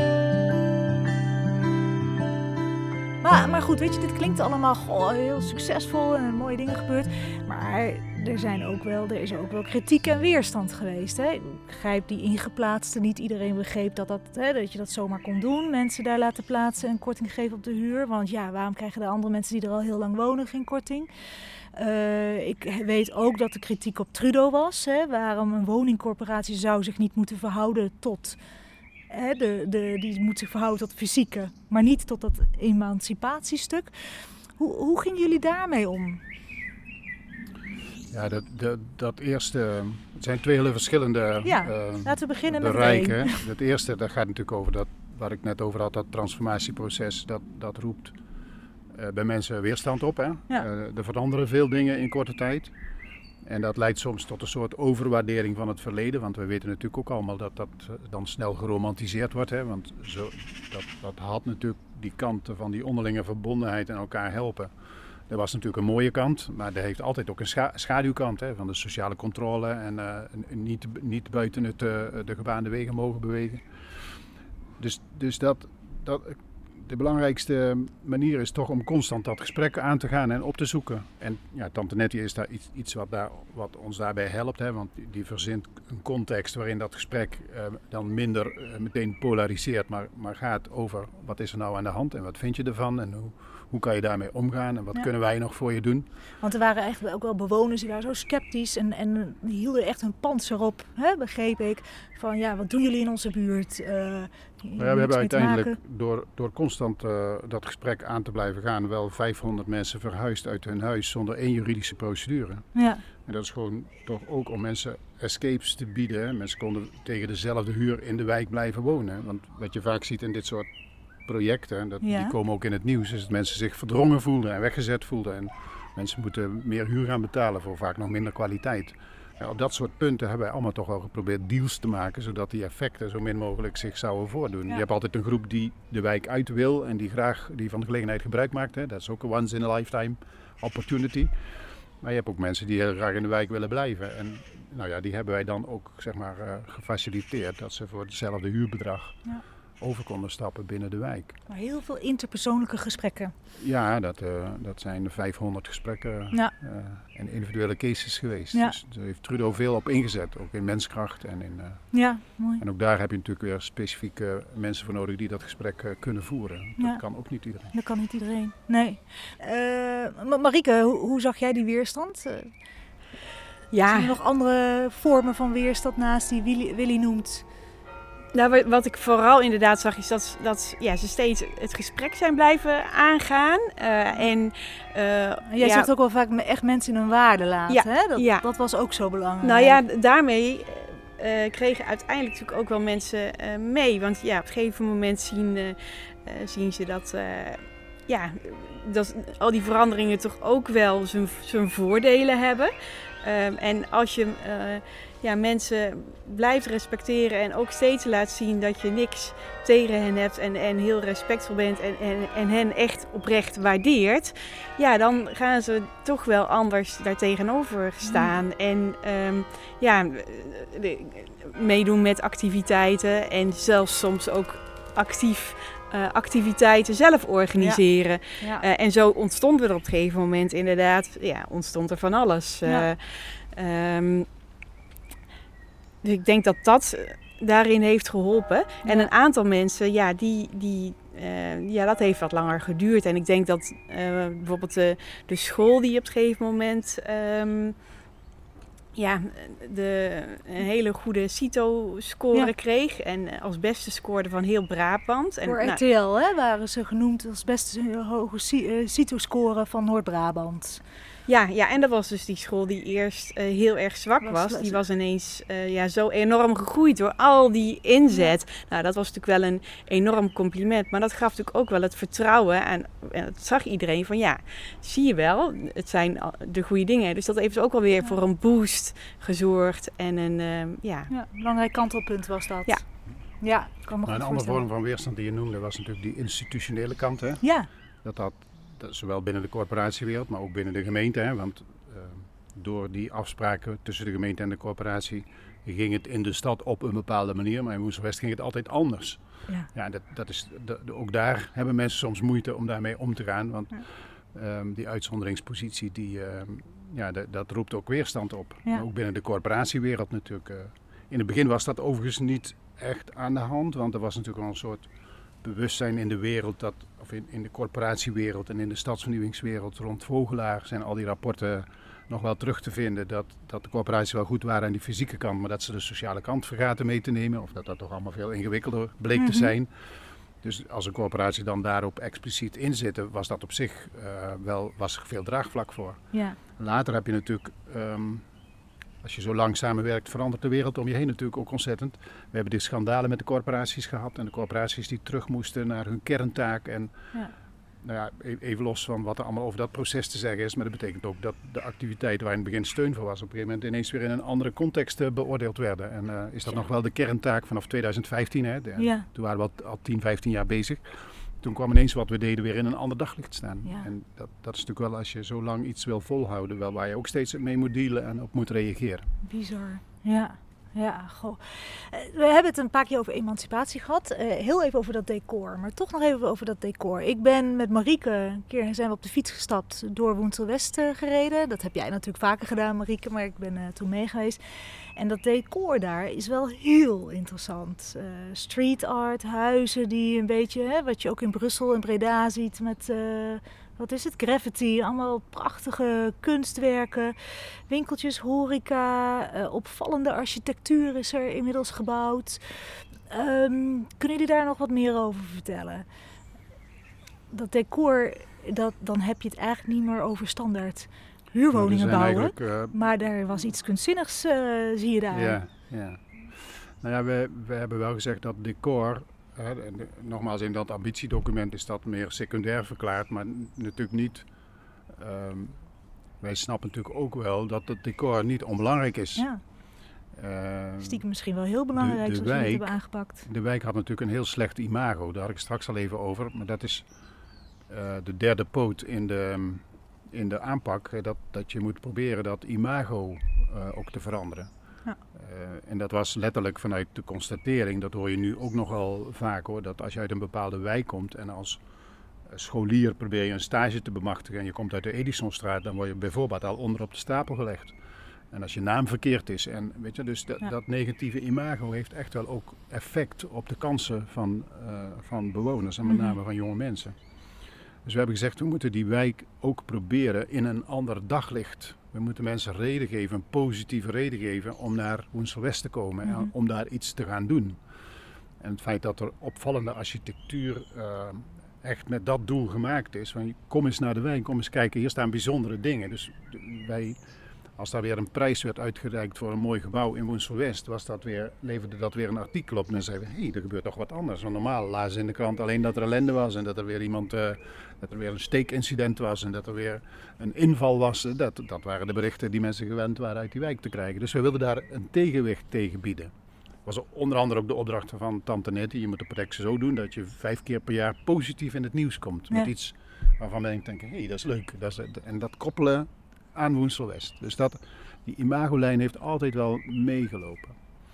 Maar goed, weet je, dit klinkt allemaal heel succesvol en mooie dingen gebeurd. Maar er is ook wel kritiek en weerstand geweest. Hè? Ik begrijp die ingeplaatste, niet iedereen begreep dat je dat zomaar kon doen. Mensen daar laten plaatsen en korting geven op de huur. Want waarom krijgen de andere mensen die er al heel lang wonen geen korting? Ik weet ook dat de kritiek op Trudeau was. Hè, waarom een woningcorporatie zou zich niet moeten verhouden tot... die moet zich verhouden tot fysieke, maar niet tot dat emancipatiestuk. Hoe gingen jullie daarmee om? Ja, dat eerste... Het zijn twee hele verschillende laten we beginnen bereiken. met één. Het eerste, dat gaat natuurlijk over dat, waar ik net over had, dat transformatieproces. Dat roept bij mensen weerstand op. Hè? Ja. Er veranderen veel dingen in korte tijd. En dat leidt soms tot een soort overwaardering van het verleden. Want we weten natuurlijk ook allemaal dat dat dan snel geromantiseerd wordt. Hè? Want dat had natuurlijk die kanten van die onderlinge verbondenheid en elkaar helpen. Dat was natuurlijk een mooie kant, maar dat heeft altijd ook een schaduwkant. Hè? Van de sociale controle en niet buiten de gebaande wegen mogen bewegen. Dus de belangrijkste manier is toch om constant dat gesprek aan te gaan en op te zoeken. En Tante Nettie is daar iets wat ons daarbij helpt. Hè? Want die verzint een context waarin dat gesprek dan minder meteen polariseert. Maar gaat over wat is er nou aan de hand en wat vind je ervan en hoe kan je daarmee omgaan en wat kunnen wij nog voor je doen. Want er waren eigenlijk ook wel bewoners die waren zo sceptisch en die hielden echt hun panzer op, hè, begreep ik. Van wat doen jullie in onze buurt? We hebben uiteindelijk door constant dat gesprek aan te blijven gaan wel 500 mensen verhuisd uit hun huis zonder één juridische procedure. Ja. En dat is gewoon toch ook om mensen escapes te bieden. Mensen konden tegen dezelfde huur in de wijk blijven wonen. Want wat je vaak ziet in dit soort projecten, die komen ook in het nieuws, is dat mensen zich verdrongen voelden en weggezet voelden. En mensen moeten meer huur gaan betalen voor vaak nog minder kwaliteit. Op dat soort punten hebben wij allemaal toch wel geprobeerd deals te maken, zodat die effecten zo min mogelijk zich zouden voordoen. Je hebt altijd een groep die de wijk uit wil en die graag van de gelegenheid gebruik maakt. Hè. Dat is ook een once in a lifetime opportunity. Maar je hebt ook mensen die heel graag in de wijk willen blijven. En die hebben wij dan ook gefaciliteerd dat ze voor hetzelfde huurbedrag over konden stappen binnen de wijk. Maar heel veel interpersoonlijke gesprekken. Ja, dat zijn 500 gesprekken en individuele cases geweest. Ja. Dus daar heeft Trudeau veel op ingezet, ook in menskracht. Mooi. En ook daar heb je natuurlijk weer specifieke mensen voor nodig die dat gesprek kunnen voeren. Dat kan ook niet iedereen. Dat kan niet iedereen, nee. Marieke, hoe zag jij die weerstand? Zijn er nog andere vormen van weerstand naast die Willy noemt? Nou, wat ik vooral inderdaad zag is dat ze steeds het gesprek zijn blijven aangaan. Jij zegt ook wel vaak echt mensen in hun waarde laten. Hè? Dat was ook zo belangrijk. Nou ja, daarmee kregen uiteindelijk natuurlijk ook wel mensen mee. Want op een gegeven moment zien ze dat al die veranderingen toch ook wel zijn voordelen hebben. En als je mensen blijft respecteren en ook steeds laat zien dat je niks tegen hen hebt en heel respectvol bent en hen echt oprecht waardeert, dan gaan ze toch wel anders daartegenover staan. En meedoen met activiteiten en zelfs soms ook actief activiteiten zelf organiseren. Ja. En zo ontstond er op een gegeven moment inderdaad, ontstond er van alles. Dus ik denk dat daarin heeft geholpen. Ja. En een aantal mensen, dat heeft wat langer geduurd. En ik denk dat bijvoorbeeld de school die op een gegeven moment een hele goede CITO-score kreeg. En als beste scoorde van heel Brabant. En, voor RTL waren ze genoemd als beste hoge CITO-score van Noord-Brabant. Ja, en dat was dus die school die eerst heel erg zwak was. Die was ineens zo enorm gegroeid door al die inzet. Ja. Nou, dat was natuurlijk wel een enorm compliment. Maar dat gaf natuurlijk ook wel het vertrouwen. En dat zag iedereen van zie je wel, het zijn de goede dingen. Dus dat heeft ook alweer voor een boost gezorgd. En een belangrijk kantelpunt was dat. Ja. Ja, kan me goed een andere vorm van weerstand die je noemde was natuurlijk die institutionele kant. Hè? Ja. Dat zowel binnen de corporatiewereld, maar ook binnen de gemeente. Hè? Want door die afspraken tussen de gemeente en de corporatie ging het in de stad op een bepaalde manier. Maar in Woensel-West ging het altijd anders. Ja, dat is, ook daar hebben mensen soms moeite om daarmee om te gaan. Want die uitzonderingspositie, dat roept ook weerstand op. Ja. Ook binnen de corporatiewereld natuurlijk. In het begin was dat overigens niet echt aan de hand. Want er was natuurlijk al een soort bewustzijn in de wereld, in de corporatiewereld en in de stadsvernieuwingswereld rond Vogelaar zijn al die rapporten nog wel terug te vinden dat de corporaties wel goed waren aan die fysieke kant, maar dat ze de sociale kant vergaten mee te nemen of dat toch allemaal veel ingewikkelder bleek te zijn. Dus als een corporatie dan daarop expliciet inzette, was dat op zich was er veel draagvlak voor. Ja. Later heb je natuurlijk, als je zo lang samenwerkt, verandert de wereld om je heen natuurlijk ook ontzettend. We hebben die schandalen met de corporaties gehad en de corporaties die terug moesten naar hun kerntaak. En even los van wat er allemaal over dat proces te zeggen is, maar dat betekent ook dat de activiteiten waar in het begin steun voor was, op een gegeven moment ineens weer in een andere context beoordeeld werden. En is dat nog wel de kerntaak vanaf 2015, hè? Toen waren we al 10, 15 jaar bezig. Toen kwam ineens wat we deden weer in een ander daglicht staan. Ja. En dat is natuurlijk wel, als je zo lang iets wil volhouden, wel waar je ook steeds mee moet dealen en op moet reageren. Bizar, ja. Ja, goh. We hebben het een paar keer over emancipatie gehad. Heel even over dat decor, maar toch nog even over dat decor. Ik ben met Marieke, een keer zijn we op de fiets gestapt door Woensel-West gereden. Dat heb jij natuurlijk vaker gedaan, Marieke, maar ik ben toen mee geweest. En dat decor daar is wel heel interessant. Street art, huizen die een beetje, wat je ook in Brussel en Breda ziet met... wat is het? Graffiti, allemaal prachtige kunstwerken, winkeltjes, horeca, opvallende architectuur is er inmiddels gebouwd. Kunnen jullie daar nog wat meer over vertellen? Dat decor, dan heb je het eigenlijk niet meer over standaard huurwoningen bouwen, maar daar was iets kunstzinnigs, zie je daar. Ja. Nou ja, we hebben wel gezegd dat decor... nogmaals, in dat ambitiedocument is dat meer secundair verklaard, maar natuurlijk niet. Wij snappen natuurlijk ook wel dat het decor niet onbelangrijk is. Ja. Stiekem misschien wel heel belangrijk, zoals we het hebben aangepakt. De wijk had natuurlijk een heel slecht imago, daar had ik straks al even over. Maar dat is de derde poot in de aanpak, dat je moet proberen dat imago ook te veranderen. Ja. En dat was letterlijk vanuit de constatering, dat hoor je nu ook nogal vaak hoor, dat als je uit een bepaalde wijk komt en als scholier probeer je een stage te bemachtigen en je komt uit de Edisonstraat, dan word je bijvoorbeeld al onder op de stapel gelegd. En als je naam verkeerd is, en weet je, dus dat negatieve imago heeft echt wel ook effect op de kansen van bewoners en met name van jonge mensen. Dus we hebben gezegd, we moeten die wijk ook proberen in een ander daglicht. We moeten mensen reden geven, een positieve reden geven om naar Woensel-West te komen en om daar iets te gaan doen. En het feit dat er opvallende architectuur echt met dat doel gemaakt is. Want kom eens naar de wijk, kom eens kijken, hier staan bijzondere dingen. Dus als daar weer een prijs werd uitgereikt voor een mooi gebouw in Woensel-West, leverde dat weer een artikel op. En dan zeiden we, er gebeurt toch wat anders. Want normaal lazen ze in de krant alleen dat er ellende was en dat er weer dat er weer een steekincident was en dat er weer een inval was. Dat waren de berichten die mensen gewend waren uit die wijk te krijgen. Dus we wilden daar een tegenwicht tegen bieden. Dat was onder andere ook de opdracht van Tante Nettie. Je moet de project zo doen dat je 5 keer per jaar positief in het nieuws komt. Met iets waarvan mensen denken, dat is leuk. En dat koppelen aan Woensel-West. Dus die imagolijn heeft altijd wel meegelopen.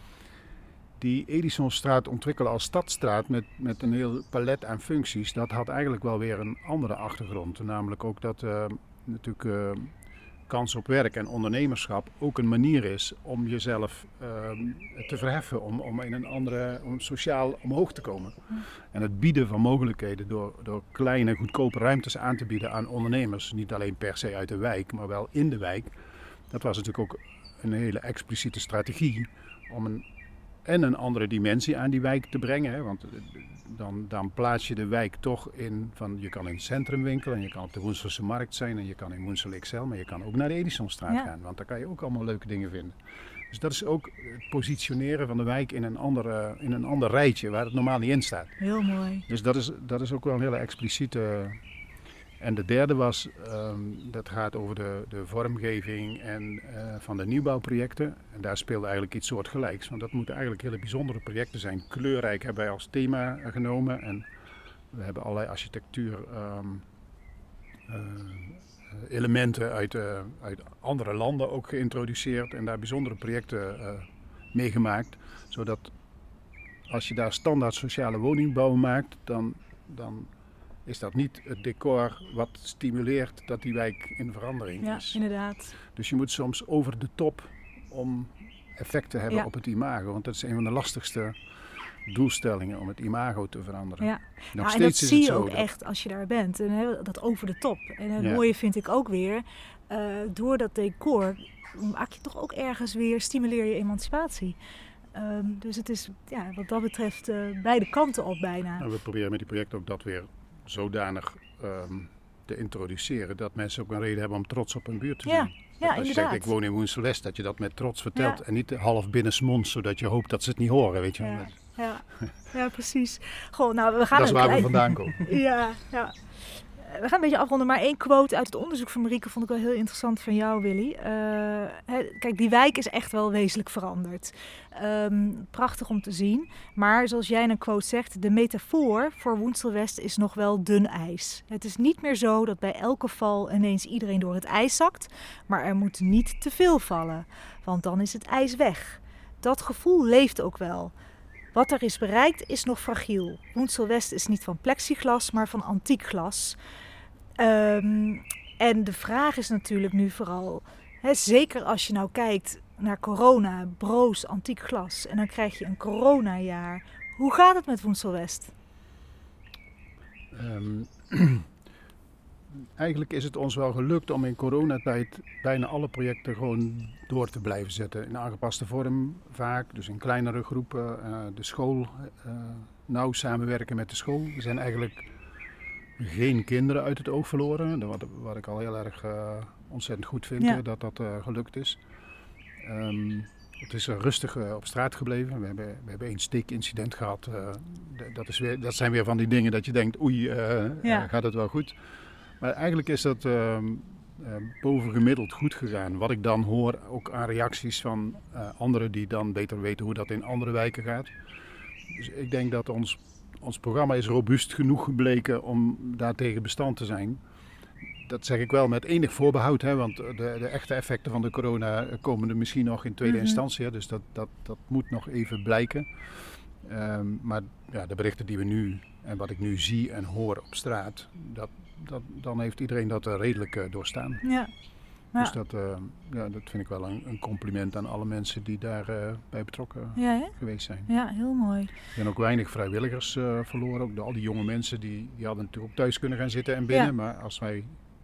Die Edisonstraat ontwikkelen als stadstraat met een heel palet aan functies, dat had eigenlijk wel weer een andere achtergrond. Namelijk ook dat natuurlijk kans op werk en ondernemerschap ook een manier is om jezelf te verheffen, om sociaal omhoog te komen. En het bieden van mogelijkheden door kleine, goedkope ruimtes aan te bieden aan ondernemers, niet alleen per se uit de wijk, maar wel in de wijk. Dat was natuurlijk ook een hele expliciete strategie om een andere dimensie aan die wijk te brengen. Hè? Want dan plaats je de wijk toch in van je kan in het centrum winkelen en je kan op de Woenselse Markt zijn en je kan in Woensel XL, maar je kan ook naar de Edisonstraat gaan, want daar kan je ook allemaal leuke dingen vinden. Dus dat is ook het positioneren van de wijk in een ander rijtje waar het normaal niet in staat. Heel mooi. Dus dat is ook wel een hele expliciete. En de derde was, dat gaat over de vormgeving en van de nieuwbouwprojecten. En daar speelde eigenlijk iets soortgelijks. Want dat moeten eigenlijk hele bijzondere projecten zijn. Kleurrijk hebben wij als thema genomen. En we hebben allerlei architectuur elementen uit andere landen ook geïntroduceerd. En daar bijzondere projecten mee gemaakt. Zodat als je daar standaard sociale woningbouw maakt, dan is dat niet het decor wat stimuleert dat die wijk in verandering is. Ja, inderdaad. Dus je moet soms over de top om effect te hebben op het imago. Want dat is een van de lastigste doelstellingen om het imago te veranderen. Ja. Nog steeds en dat is zie het je zo ook echt als je daar bent. En dat over de top. En het mooie vind ik ook weer, door dat decor maak je toch ook ergens weer, stimuleer je emancipatie. Dus het is wat dat betreft beide kanten op bijna. En we proberen met die projecten ook dat weer zodanig te introduceren dat mensen ook een reden hebben om trots op hun buurt te zijn. Ja, als je zegt ik woon in Woensel West, dat je dat met trots vertelt en niet half binnensmonds, zodat je hoopt dat ze het niet horen, weet je wel. Ja, precies. Goh, nou, we gaan dat is waar we vandaan komen. Ja. We gaan een beetje afronden, maar één quote uit het onderzoek van Marieke vond ik wel heel interessant van jou, Willy. Kijk, die wijk is echt wel wezenlijk veranderd. Prachtig om te zien. Maar zoals jij in een quote zegt, de metafoor voor Woensel West is nog wel dun ijs. Het is niet meer zo dat bij elke val ineens iedereen door het ijs zakt. Maar er moet niet te veel vallen, want dan is het ijs weg. Dat gevoel leeft ook wel. Wat er is bereikt is nog fragiel. Woensel West is niet van plexiglas, maar van antiek glas. En de vraag is natuurlijk nu vooral, zeker als je nou kijkt naar corona, broos, antiek glas, en dan krijg je een coronajaar. Hoe gaat het met Woensel West? Eigenlijk is het ons wel gelukt om in coronatijd bijna alle projecten gewoon door te blijven zetten. In aangepaste vorm vaak, dus in kleinere groepen. De school, nauw samenwerken met de school. Er zijn eigenlijk geen kinderen uit het oog verloren. Wat ik al heel erg ontzettend goed vind, dat dat gelukt is. Het is rustig op straat gebleven. We hebben één steekincident gehad. Dat zijn weer van die dingen dat je denkt, oei, gaat het wel goed? Maar eigenlijk is dat bovengemiddeld goed gegaan. Wat ik dan hoor, ook aan reacties van anderen die dan beter weten hoe dat in andere wijken gaat. Dus ik denk dat ons programma is robuust genoeg gebleken om daartegen bestand te zijn. Dat zeg ik wel met enig voorbehoud, want de echte effecten van de corona komen er misschien nog in tweede instantie. Hè, dus dat moet nog even blijken. Maar de berichten die we nu en wat ik nu zie en hoor op straat, dan heeft iedereen dat redelijk doorstaan. Ja. Dus dat vind ik wel een compliment aan alle mensen die daarbij bij betrokken geweest zijn. Ja, heel mooi. Er zijn ook weinig vrijwilligers verloren. Ook al die jonge mensen die hadden natuurlijk ook thuis kunnen gaan zitten en binnen. Ja. Maar als wij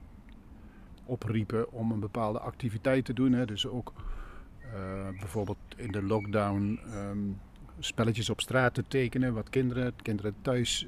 opriepen om een bepaalde activiteit te doen, dus ook bijvoorbeeld in de lockdown spelletjes op straat te tekenen, wat kinderen thuis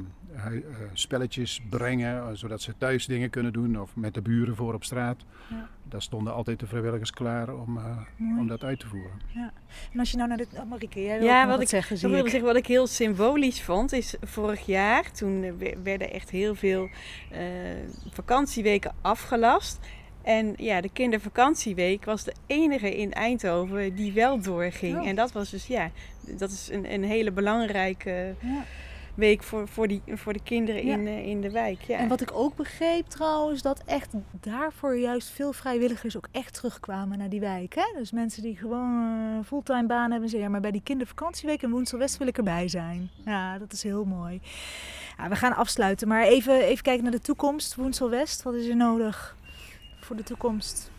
spelletjes brengen, zodat ze thuis dingen kunnen doen of met de buren voor op straat. Ja. Daar stonden altijd de vrijwilligers klaar om dat uit te voeren. Ja. En als je nou naar de... Marieke, jij wil wat zeggen, wat ik heel symbolisch vond, is vorig jaar, toen werden echt heel veel vakantieweken afgelast. En de kindervakantieweek was de enige in Eindhoven die wel doorging. Oh. En dat was dus, dat is een hele belangrijke week voor de kinderen in de wijk. Ja. En wat ik ook begreep trouwens, dat echt daarvoor juist veel vrijwilligers ook echt terugkwamen naar die wijk. Hè? Dus mensen die gewoon fulltime baan hebben, zeggen, maar bij die kindervakantieweek in Woensel West wil ik erbij zijn. Ja, dat is heel mooi. Ja, we gaan afsluiten, maar even kijken naar de toekomst. Woensel West, wat is er nodig voor de toekomst?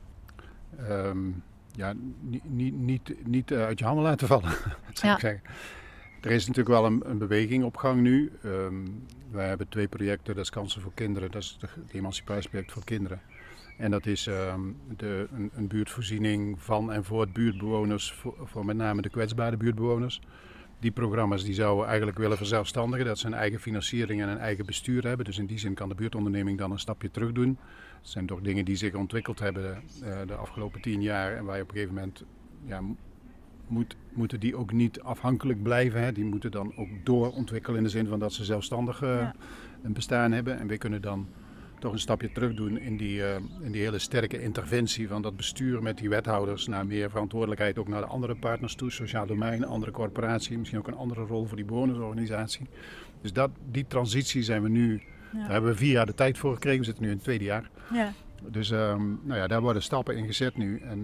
Niet uit je handen laten vallen, zou ik zeggen. Er is natuurlijk wel een beweging op gang nu. Wij hebben 2 projecten, dat is Kansen voor Kinderen, dat is het emancipatieproject voor kinderen. En dat is een buurtvoorziening van en voor buurtbewoners, voor met name de kwetsbare buurtbewoners. Die programma's die zouden eigenlijk willen verzelfstandigen, dat ze een eigen financiering en een eigen bestuur hebben. Dus in die zin kan de buurtonderneming dan een stapje terug doen. Het zijn toch dingen die zich ontwikkeld hebben de afgelopen 10 jaar en waar je op een gegeven moment moeten die ook niet afhankelijk blijven. Hè. Die moeten dan ook doorontwikkelen in de zin van dat ze zelfstandig een bestaan hebben. En we kunnen dan toch een stapje terug doen in die hele sterke interventie van dat bestuur met die wethouders naar meer verantwoordelijkheid ook naar de andere partners toe. Sociaal domein, andere corporatie, misschien ook een andere rol voor die bewonersorganisatie. Dus die transitie zijn we nu, daar hebben we 4 jaar de tijd voor gekregen. We zitten nu in het 2e jaar. Ja. Dus daar worden stappen in gezet nu. En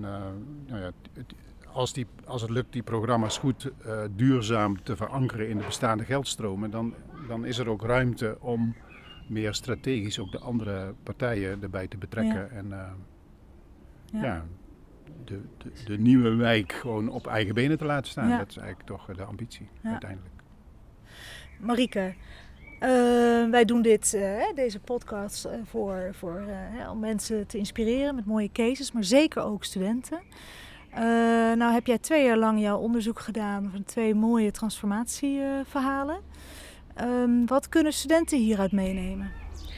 als het lukt die programma's goed duurzaam te verankeren in de bestaande geldstromen, dan is er ook ruimte om meer strategisch ook de andere partijen erbij te betrekken. En de nieuwe wijk gewoon op eigen benen te laten staan. Ja. Dat is eigenlijk toch de ambitie uiteindelijk. Marieke, wij doen deze podcast om mensen te inspireren met mooie cases, maar zeker ook studenten. Nou heb jij 2 jaar lang jouw onderzoek gedaan van 2 mooie transformatieverhalen. Wat kunnen studenten hieruit meenemen?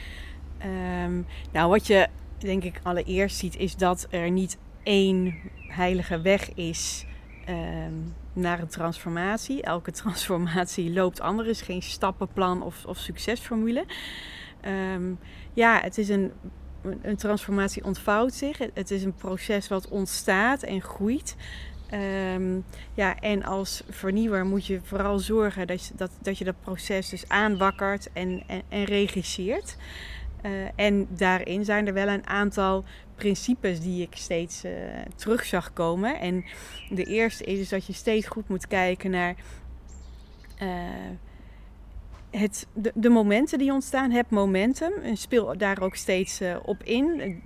Wat je denk ik allereerst ziet is dat er niet 1 heilige weg is naar een transformatie. Elke transformatie loopt anders, is geen stappenplan of succesformule. Het is een transformatie ontvouwt zich. Het is een proces wat ontstaat en groeit. En als vernieuwer moet je vooral zorgen dat je dat proces dus aanwakkert en regisseert. En daarin zijn er wel een aantal principes die ik steeds terug zag komen. En de eerste is dus dat je steeds goed moet kijken naar de momenten die ontstaan. Het momentum. En speel daar ook steeds op in.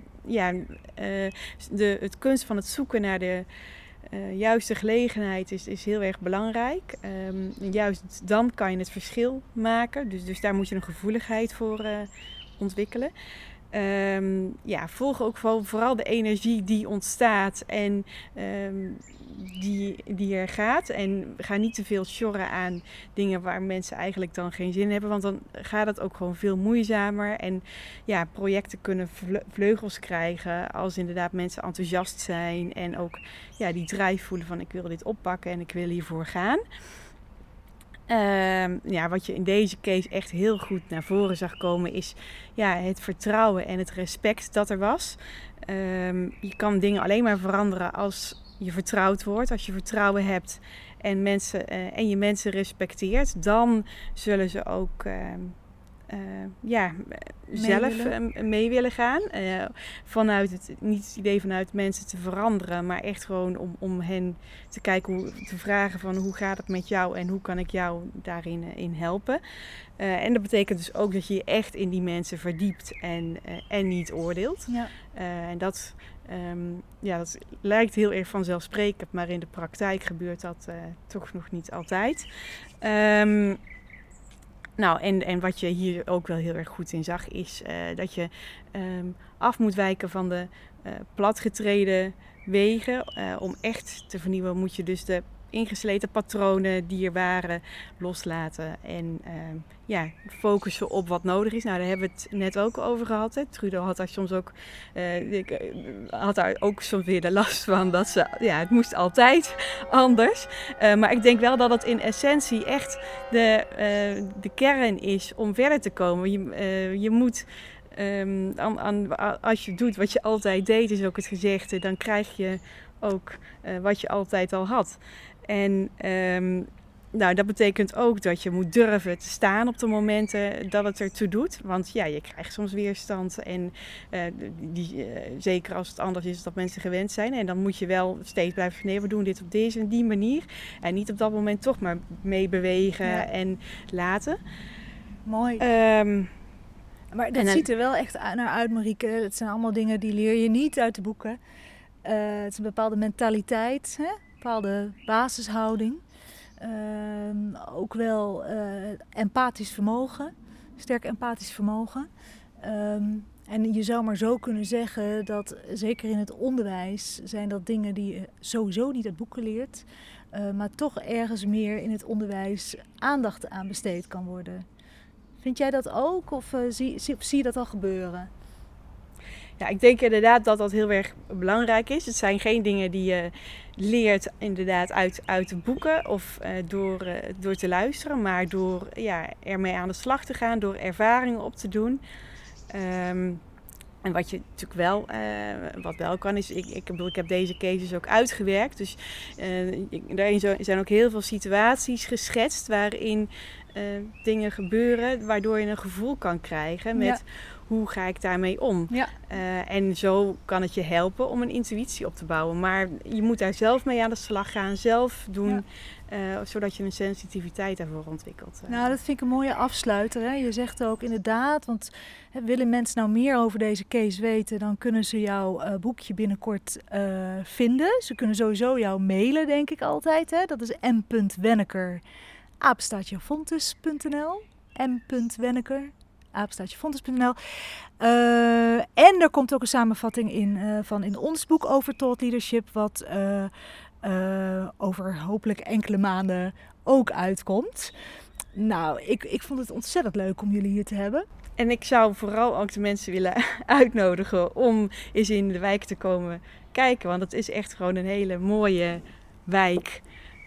Het kunst van het zoeken naar de juiste gelegenheid is heel erg belangrijk. Juist dan kan je het verschil maken. Dus daar moet je een gevoeligheid voor ontwikkelen. Volg ook vooral de energie die ontstaat en die er gaat. En ga niet te veel sjorren aan dingen waar mensen eigenlijk dan geen zin in hebben. Want dan gaat het ook gewoon veel moeizamer. En projecten kunnen vleugels krijgen als inderdaad mensen enthousiast zijn. En ook die drive voelen van ik wil dit oppakken en ik wil hiervoor gaan. Wat je in deze case echt heel goed naar voren zag komen is het vertrouwen en het respect dat er was. Je kan dingen alleen maar veranderen als je vertrouwd wordt, als je vertrouwen hebt en je mensen respecteert, dan zullen ze ook zelf mee willen gaan. Niet het idee vanuit mensen te veranderen, maar echt gewoon om hen te kijken, te vragen van hoe gaat het met jou en hoe kan ik jou daarin in helpen. En dat betekent dus ook dat je je echt in die mensen verdiept en niet oordeelt. Ja. En dat lijkt heel erg vanzelfsprekend, maar in de praktijk gebeurt dat toch nog niet altijd. En wat je hier ook wel heel erg goed in zag is dat je af moet wijken van de platgetreden wegen. Om echt te vernieuwen moet je dus de ingesleten patronen die er waren loslaten en focussen op wat nodig is. Nou, daar hebben we het net ook over gehad. Hè. Trudo had daar soms ook, soms weer de last van dat ze, het moest altijd anders. Maar ik denk wel dat het in essentie echt de kern is om verder te komen. Je moet als je doet wat je altijd deed, is ook het gezegde, dan krijg je ook wat je altijd al had. En dat betekent ook dat je moet durven te staan op de momenten dat het ertoe doet. Want je krijgt soms weerstand. En zeker als het anders is dan dat mensen gewend zijn. En dan moet je wel steeds blijven van nee, we doen dit op deze en die manier. En niet op dat moment toch maar meebewegen en laten. Mooi. Maar dat ziet er wel echt naar uit, Marieke. Het zijn allemaal dingen die leer je niet uit de boeken. Het is een bepaalde mentaliteit, hè? Een bepaalde basishouding. Ook wel empathisch vermogen. Sterk empathisch vermogen. En je zou maar zo kunnen zeggen dat, zeker in het onderwijs, zijn dat dingen die je sowieso niet uit boeken leert, maar toch ergens meer in het onderwijs aandacht aan besteed kan worden. Vind jij dat ook of zie je dat al gebeuren? Ja, ik denk inderdaad dat dat heel erg belangrijk is. Het zijn geen dingen die je leert inderdaad uit de boeken of door te luisteren, maar door ermee aan de slag te gaan, door ervaringen op te doen. En wat je natuurlijk wat wel kan is, ik heb deze cases ook uitgewerkt. Dus daarin zijn ook heel veel situaties geschetst waarin dingen gebeuren waardoor je een gevoel kan krijgen met hoe ga ik daarmee om. Ja. En zo kan het je helpen om een intuïtie op te bouwen. Maar je moet daar zelf mee aan de slag gaan, zelf doen, zodat je een sensitiviteit daarvoor ontwikkelt. Nou, dat vind ik een mooie afsluiter. Hè? Je zegt ook inderdaad, want willen mensen nou meer over deze case weten, dan kunnen ze jouw boekje binnenkort vinden. Ze kunnen sowieso jou mailen, denk ik altijd. Hè? Dat is m.wenneker@fontes.nl m.wenneker@fontes.nl En er komt ook een samenvatting in ons boek over thought leadership, wat over hopelijk enkele maanden ook uitkomt. Nou, ik vond het ontzettend leuk om jullie hier te hebben. En ik zou vooral ook de mensen willen uitnodigen om eens in de wijk te komen kijken. Want het is echt gewoon een hele mooie wijk.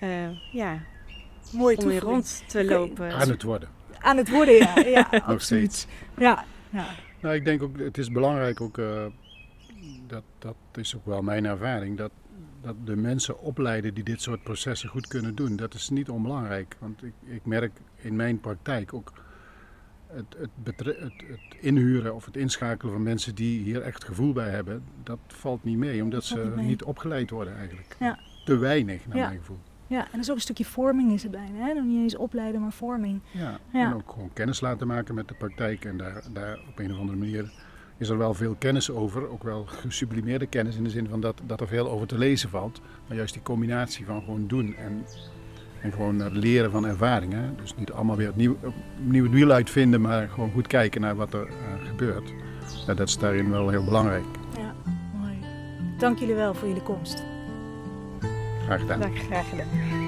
Mooi om weer rond te lopen. Aan het worden. Aan het worden, ja absoluut. Ja. Nou, ik denk ook, het is belangrijk ook, dat is ook wel mijn ervaring, dat de mensen opleiden die dit soort processen goed kunnen doen. Dat is niet onbelangrijk, want ik merk in mijn praktijk ook het inhuren of het inschakelen van mensen die hier echt gevoel bij hebben, dat valt niet mee, omdat ze niet opgeleid worden eigenlijk. Ja. Te weinig, naar mijn gevoel. Ja, en er is ook een stukje vorming is er bijna. Hè? Dan niet eens opleiden, maar vorming. Ja, en ook gewoon kennis laten maken met de praktijk. En daar op een of andere manier is er wel veel kennis over. Ook wel gesublimeerde kennis in de zin van dat er veel over te lezen valt. Maar juist die combinatie van gewoon doen en gewoon het leren van ervaringen. Dus niet allemaal weer opnieuw het wiel uitvinden, maar gewoon goed kijken naar wat er gebeurt. Ja, dat is daarin wel heel belangrijk. Ja, mooi. Dank jullie wel voor jullie komst. Graag gedaan. Graag gedaan.